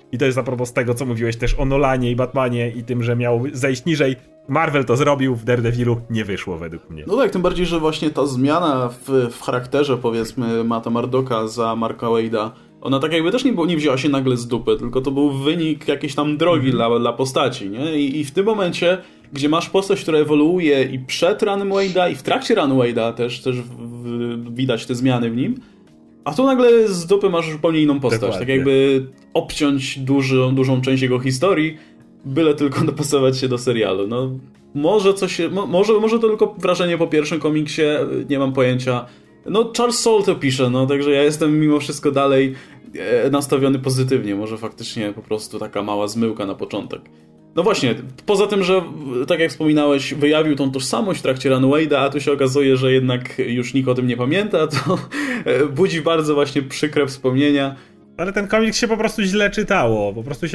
i to jest a propos tego, co mówiłeś też o Nolanie i Batmanie i tym, że miał zejść niżej. Marvel to zrobił, w Daredevilu nie wyszło według mnie. No tak, tym bardziej, że właśnie ta zmiana w charakterze, powiedzmy, Matta Murdocka za Marka Wade'a, ona tak jakby też nie wzięła się nagle z dupy, tylko to był wynik jakiejś tam drogi dla postaci, nie? I w tym momencie, gdzie masz postać, która ewoluuje i przed runem Wade'a, i w trakcie runu Wade'a też widać te zmiany w nim, a tu nagle z dupy masz zupełnie inną postać. Dokładnie. Tak jakby obciąć dużą część jego historii, byle tylko dopasować się do serialu. No, może to tylko wrażenie po pierwszym komiksie, nie mam pojęcia. No, Charles Soule to pisze, no, także ja jestem mimo wszystko dalej nastawiony pozytywnie. Może faktycznie po prostu taka mała zmyłka na początek. No właśnie, poza tym, że tak jak wspominałeś, wyjawił tą tożsamość w trakcie runu Wade'a, a tu się okazuje, że jednak już nikt o tym nie pamięta, to budzi bardzo właśnie przykre wspomnienia. Ale ten komiks się po prostu źle czytało,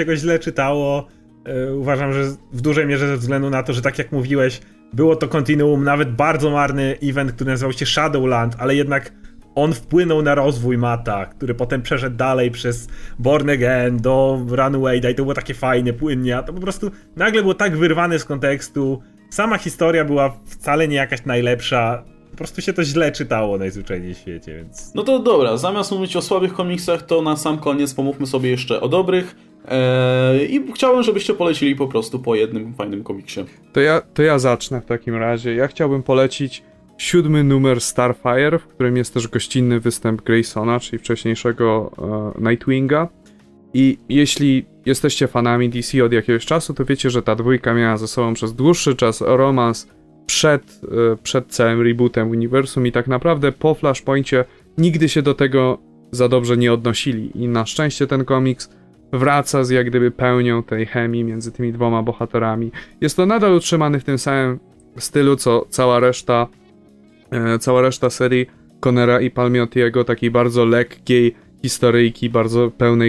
Uważam, że w dużej mierze ze względu na to, że tak jak mówiłeś, było to kontinuum, nawet bardzo marny event, który nazywał się Shadowland, ale jednak on wpłynął na rozwój Matta, który potem przeszedł dalej przez Born Again do Run Wade'a i to było takie fajne, płynnie, a to po prostu nagle było tak wyrwane z kontekstu. Sama historia była wcale nie jakaś najlepsza, po prostu się to źle czytało najzwyczajniej w świecie, więc... No to dobra, zamiast mówić o słabych komiksach, to na sam koniec pomówmy sobie jeszcze o dobrych. I chciałbym, żebyście polecili po prostu po jednym fajnym komiksie. To ja zacznę w takim razie. Ja chciałbym polecić 7. numer Starfire, w którym jest też gościnny występ Graysona, czyli wcześniejszego Nightwinga. I jeśli jesteście fanami DC od jakiegoś czasu, to wiecie, że ta dwójka miała ze sobą przez dłuższy czas romans przed całym rebootem uniwersum i tak naprawdę po Flashpoincie nigdy się do tego za dobrze nie odnosili. I na szczęście ten komiks wraca z jak gdyby pełnią tej chemii między tymi dwoma bohaterami. Jest to nadal utrzymany w tym samym stylu, co cała reszta serii Connera i Palmiottiego, takiej bardzo lekkiej historyjki, bardzo pełnej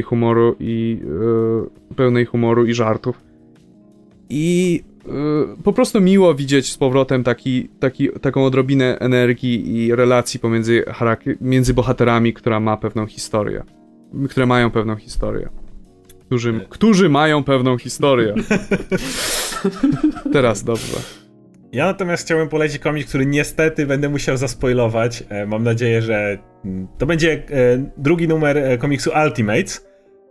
humoru i żartów. I po prostu miło widzieć z powrotem taką odrobinę energii i relacji między bohaterami, które mają pewną historię. Którzy mają pewną historię. Teraz dobrze. Ja natomiast chciałbym polecić komiks, który niestety będę musiał zaspoilować. Mam nadzieję, że to będzie drugi numer komiksu Ultimates.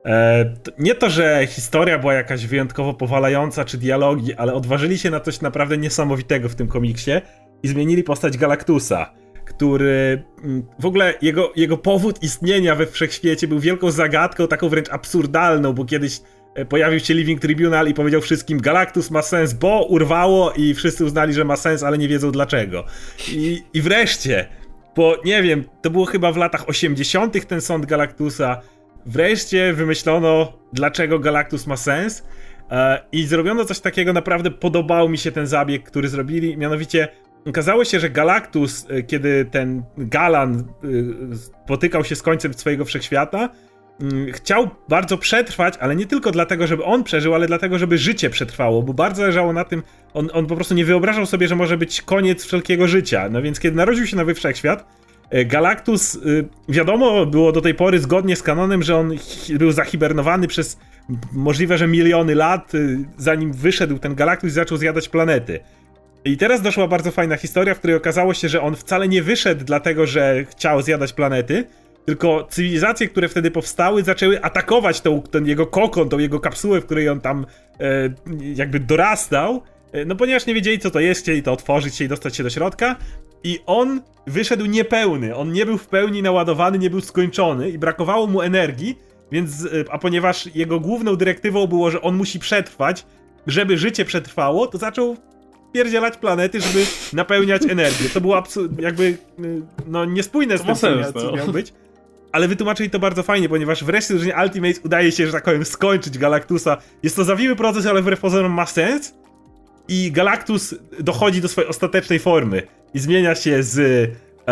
Nie to, że historia była jakaś wyjątkowo powalająca, czy dialogi, ale odważyli się na coś naprawdę niesamowitego w tym komiksie i zmienili postać Galactusa, który w ogóle jego powód istnienia we wszechświecie był wielką zagadką, taką wręcz absurdalną, bo kiedyś pojawił się Living Tribunal i powiedział wszystkim: Galactus ma sens, bo urwało, i wszyscy uznali, że ma sens, ale nie wiedzą dlaczego. I wreszcie, bo nie wiem, to było chyba w latach 80. ten sąd Galactusa, wreszcie wymyślono, dlaczego Galactus ma sens, i zrobiono coś takiego. Naprawdę podobał mi się ten zabieg, który zrobili, mianowicie okazało się, że Galactus, kiedy ten Galan spotykał się z końcem swojego wszechświata, chciał bardzo przetrwać, ale nie tylko dlatego, żeby on przeżył, ale dlatego, żeby życie przetrwało, bo bardzo zależało na tym, on po prostu nie wyobrażał sobie, że może być koniec wszelkiego życia. No więc kiedy narodził się nowy wszechświat, Galactus, wiadomo było do tej pory zgodnie z kanonem, że on był zahibernowany przez możliwe, że miliony lat, zanim wyszedł ten Galactus i zaczął zjadać planety. I teraz doszła bardzo fajna historia, w której okazało się, że on wcale nie wyszedł dlatego, że chciał zjadać planety, tylko cywilizacje, które wtedy powstały, zaczęły atakować ten jego kokon, tą jego kapsułę, w której on tam jakby dorastał, no ponieważ nie wiedzieli, co to jest, chcieli to otworzyć się i dostać się do środka, i on wyszedł niepełny, on nie był w pełni naładowany, nie był skończony i brakowało mu energii, więc, a ponieważ jego główną dyrektywą było, że on musi przetrwać, żeby życie przetrwało, to zaczął pierdzielać planety, żeby napełniać energię. To było jakby no niespójne z tym, co miał być. Ale wytłumaczyli to bardzo fajnie, ponieważ wreszcie drużynie Ultimates udaje się, że tak powiem, skończyć Galactusa. Jest to zawiły proces, ale wbrew pozorom ma sens. I Galactus dochodzi do swojej ostatecznej formy i zmienia się z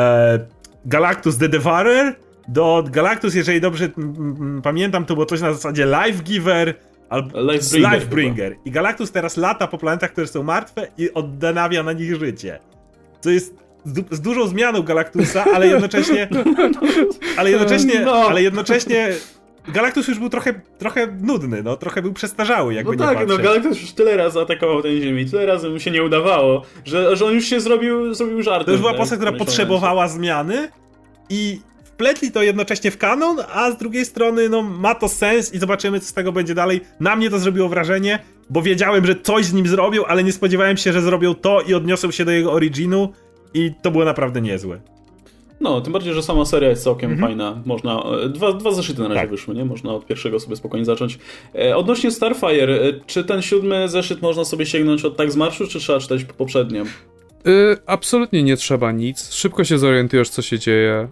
Galactus the Devourer do Galactus, jeżeli dobrze pamiętam, to było coś na zasadzie Life Giver albo Life Bringer. I Galactus teraz lata po planetach, które są martwe, i odnawia na nich życie. Co jest z dużą zmianą Galactusa, ale jednocześnie Galactus już był trochę nudny, no trochę był przestarzały, jakby no nie patrzeć. No Galactus już tyle razy atakował tę ziemię, tyle razy mu się nie udawało, że on już się zrobił żartem. To już była postać, która potrzebowała zmiany i wpletli to jednocześnie w kanon, a z drugiej strony no ma to sens i zobaczymy, co z tego będzie dalej. Na mnie to zrobiło wrażenie, bo wiedziałem, że coś z nim zrobią, ale nie spodziewałem się, że zrobią to i odniosą się do jego originu i to było naprawdę niezłe. No, tym bardziej, że sama seria jest całkiem fajna. Można, dwa zeszyty na razie wyszły, nie? Można od pierwszego sobie spokojnie zacząć. Odnośnie Starfire, czy ten 7 zeszyt można sobie sięgnąć od tak z marszu, czy trzeba czytać poprzednio? Absolutnie nie trzeba nic. Szybko się zorientujesz, co się dzieje.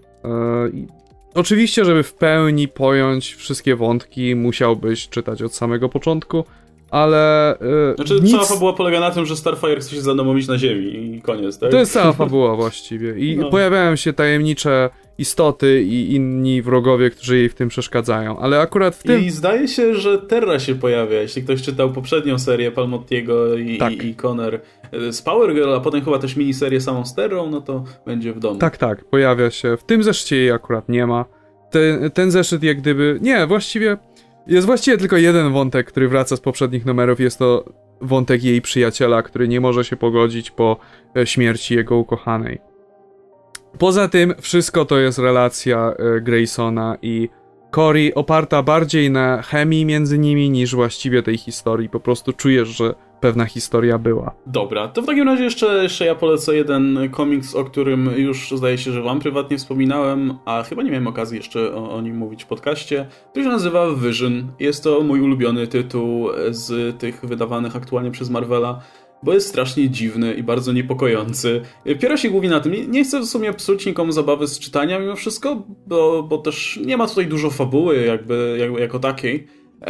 Oczywiście, żeby w pełni pojąć wszystkie wątki, musiałbyś czytać od samego początku, ale Znaczy cała fabuła polega na tym, że Starfire chce się zadomowić na ziemi i koniec, tak? To jest cała fabuła właściwie. I pojawiają się tajemnicze istoty i inni wrogowie, którzy jej w tym przeszkadzają, ale akurat w tym... I zdaje się, że Terra się pojawia, jeśli ktoś czytał poprzednią serię Palmottiego i Connor z Power Girl, a potem chyba też miniserię samą z Terrą, no to będzie w domu. Tak, pojawia się. W tym zeszycie jej akurat nie ma. Ten zeszyt jak gdyby... Nie, właściwie... Jest właściwie tylko jeden wątek, który wraca z poprzednich numerów. Jest to wątek jej przyjaciela, który nie może się pogodzić po śmierci jego ukochanej. Poza tym wszystko to jest relacja Graysona i Cory oparta bardziej na chemii między nimi niż właściwie tej historii. Po prostu czujesz, że pewna historia była. Dobra, to w takim razie jeszcze ja polecę jeden komiks, o którym już zdaje się, że wam prywatnie wspominałem, a chyba nie miałem okazji jeszcze o nim mówić w podcaście. To się nazywa Vision. Jest to mój ulubiony tytuł z tych wydawanych aktualnie przez Marvela, bo jest strasznie dziwny i bardzo niepokojący. Opiera się głównie na tym, nie chcę w sumie psuć nikomu zabawy z czytania mimo wszystko, bo też nie ma tutaj dużo fabuły jako takiej.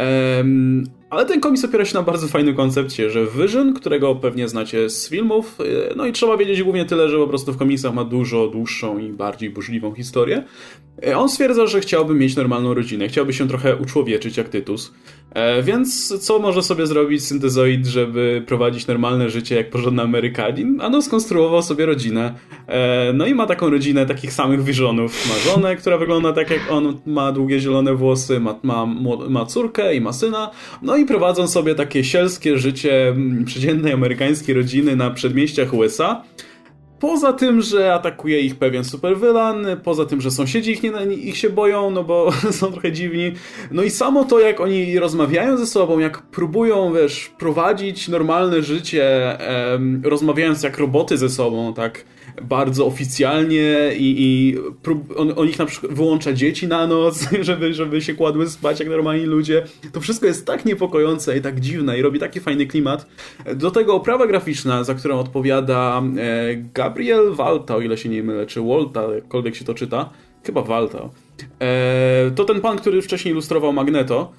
Ale ten komiks opiera się na bardzo fajnym koncepcie, że Vision, którego pewnie znacie z filmów, no i trzeba wiedzieć głównie tyle, że po prostu w komiksach ma dużo dłuższą i bardziej burzliwą historię. On stwierdza, że chciałby mieć normalną rodzinę, chciałby się trochę uczłowieczyć jak Tytus. Więc co może sobie zrobić syntezoid, żeby prowadzić normalne życie jak porządny Amerykanin? Ano skonstruował sobie rodzinę. No i ma taką rodzinę takich samych Visionów. Ma żonę, która wygląda tak jak on, ma długie zielone włosy, ma córkę i ma syna. No i prowadzą sobie takie sielskie życie przeciętnej amerykańskiej rodziny na przedmieściach USA. Poza tym, że atakuje ich pewien supervillain, poza tym, że sąsiedzi ich się boją, no bo są trochę dziwni. No i samo to, jak oni rozmawiają ze sobą, jak próbują, prowadzić normalne życie, rozmawiając jak roboty ze sobą, tak bardzo oficjalnie i on ich na przykład wyłącza dzieci na noc, żeby się kładły spać jak normalni ludzie. To wszystko jest tak niepokojące i tak dziwne i robi taki fajny klimat. Do tego oprawa graficzna, za którą odpowiada Gabriel Walta, o ile się nie mylę, czy Walta, jakkolwiek się to czyta. Chyba Walta. To ten pan, który wcześniej ilustrował Magneto.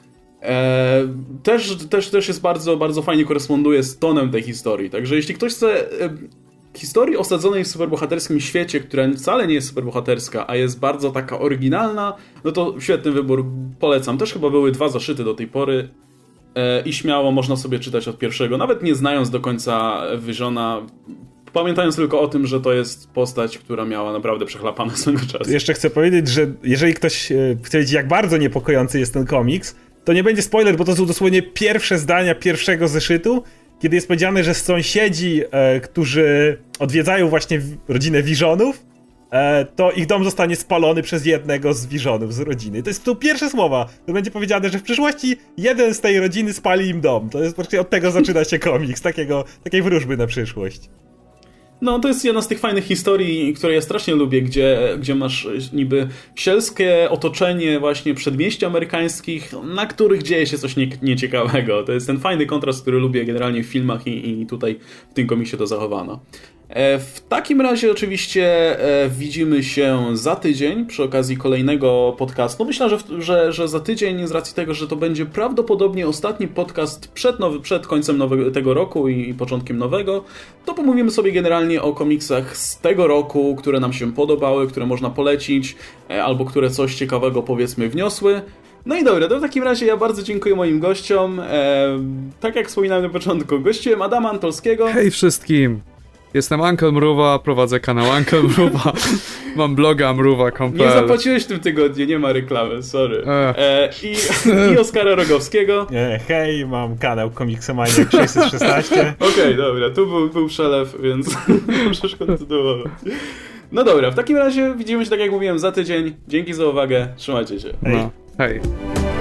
Też jest bardzo, bardzo fajnie koresponduje z tonem tej historii. Także jeśli ktoś chce historii osadzonej w superbohaterskim świecie, która wcale nie jest superbohaterska, a jest bardzo taka oryginalna, no to świetny wybór, polecam. Też chyba były 2 zeszyty do tej pory i śmiało można sobie czytać od pierwszego, nawet nie znając do końca Visiona, pamiętając tylko o tym, że to jest postać, która miała naprawdę przechlapane swego czasu. Jeszcze chcę powiedzieć, że jeżeli ktoś chce wiedzieć, jak bardzo niepokojący jest ten komiks, to nie będzie spoiler, bo to są dosłownie pierwsze zdania pierwszego zeszytu, kiedy jest powiedziane, że sąsiedzi, którzy odwiedzają właśnie rodzinę Visionów, to ich dom zostanie spalony przez jednego z Visionów z rodziny. To są pierwsze słowa. To będzie powiedziane, że w przyszłości jeden z tej rodziny spali im dom. To jest właśnie od tego zaczyna się komiks, takiej wróżby na przyszłość. No, to jest jedna z tych fajnych historii, które ja strasznie lubię, gdzie masz niby sielskie otoczenie właśnie przedmieści amerykańskich, na których dzieje się coś nieciekawego. To jest ten fajny kontrast, który lubię generalnie w filmach i tutaj w tym komiksie to zachowano. W takim razie oczywiście widzimy się za tydzień przy okazji kolejnego podcastu. Myślę, że za tydzień z racji tego, że to będzie prawdopodobnie ostatni podcast przed końcem tego roku i początkiem nowego, to pomówimy sobie generalnie o komiksach z tego roku, które nam się podobały, które można polecić, albo które coś ciekawego powiedzmy wniosły. No i dobra, to w takim razie ja bardzo dziękuję moim gościom. Tak jak wspominałem na początku, gościłem Adama Antolskiego. Hej wszystkim! Jestem Uncle Mruwa, prowadzę kanał Uncle Mruwa, mam bloga mruwa.pl. Nie zapłaciłeś w tym tygodniu, nie ma reklamy, sorry. I Oskara Rogowskiego. Hej, mam kanał Komiksomaniak 616. Okej, dobra, tu był przelew, więc możesz kontynuować. No dobra, w takim razie widzimy się, tak jak mówiłem, za tydzień. Dzięki za uwagę, trzymajcie się. No, hej.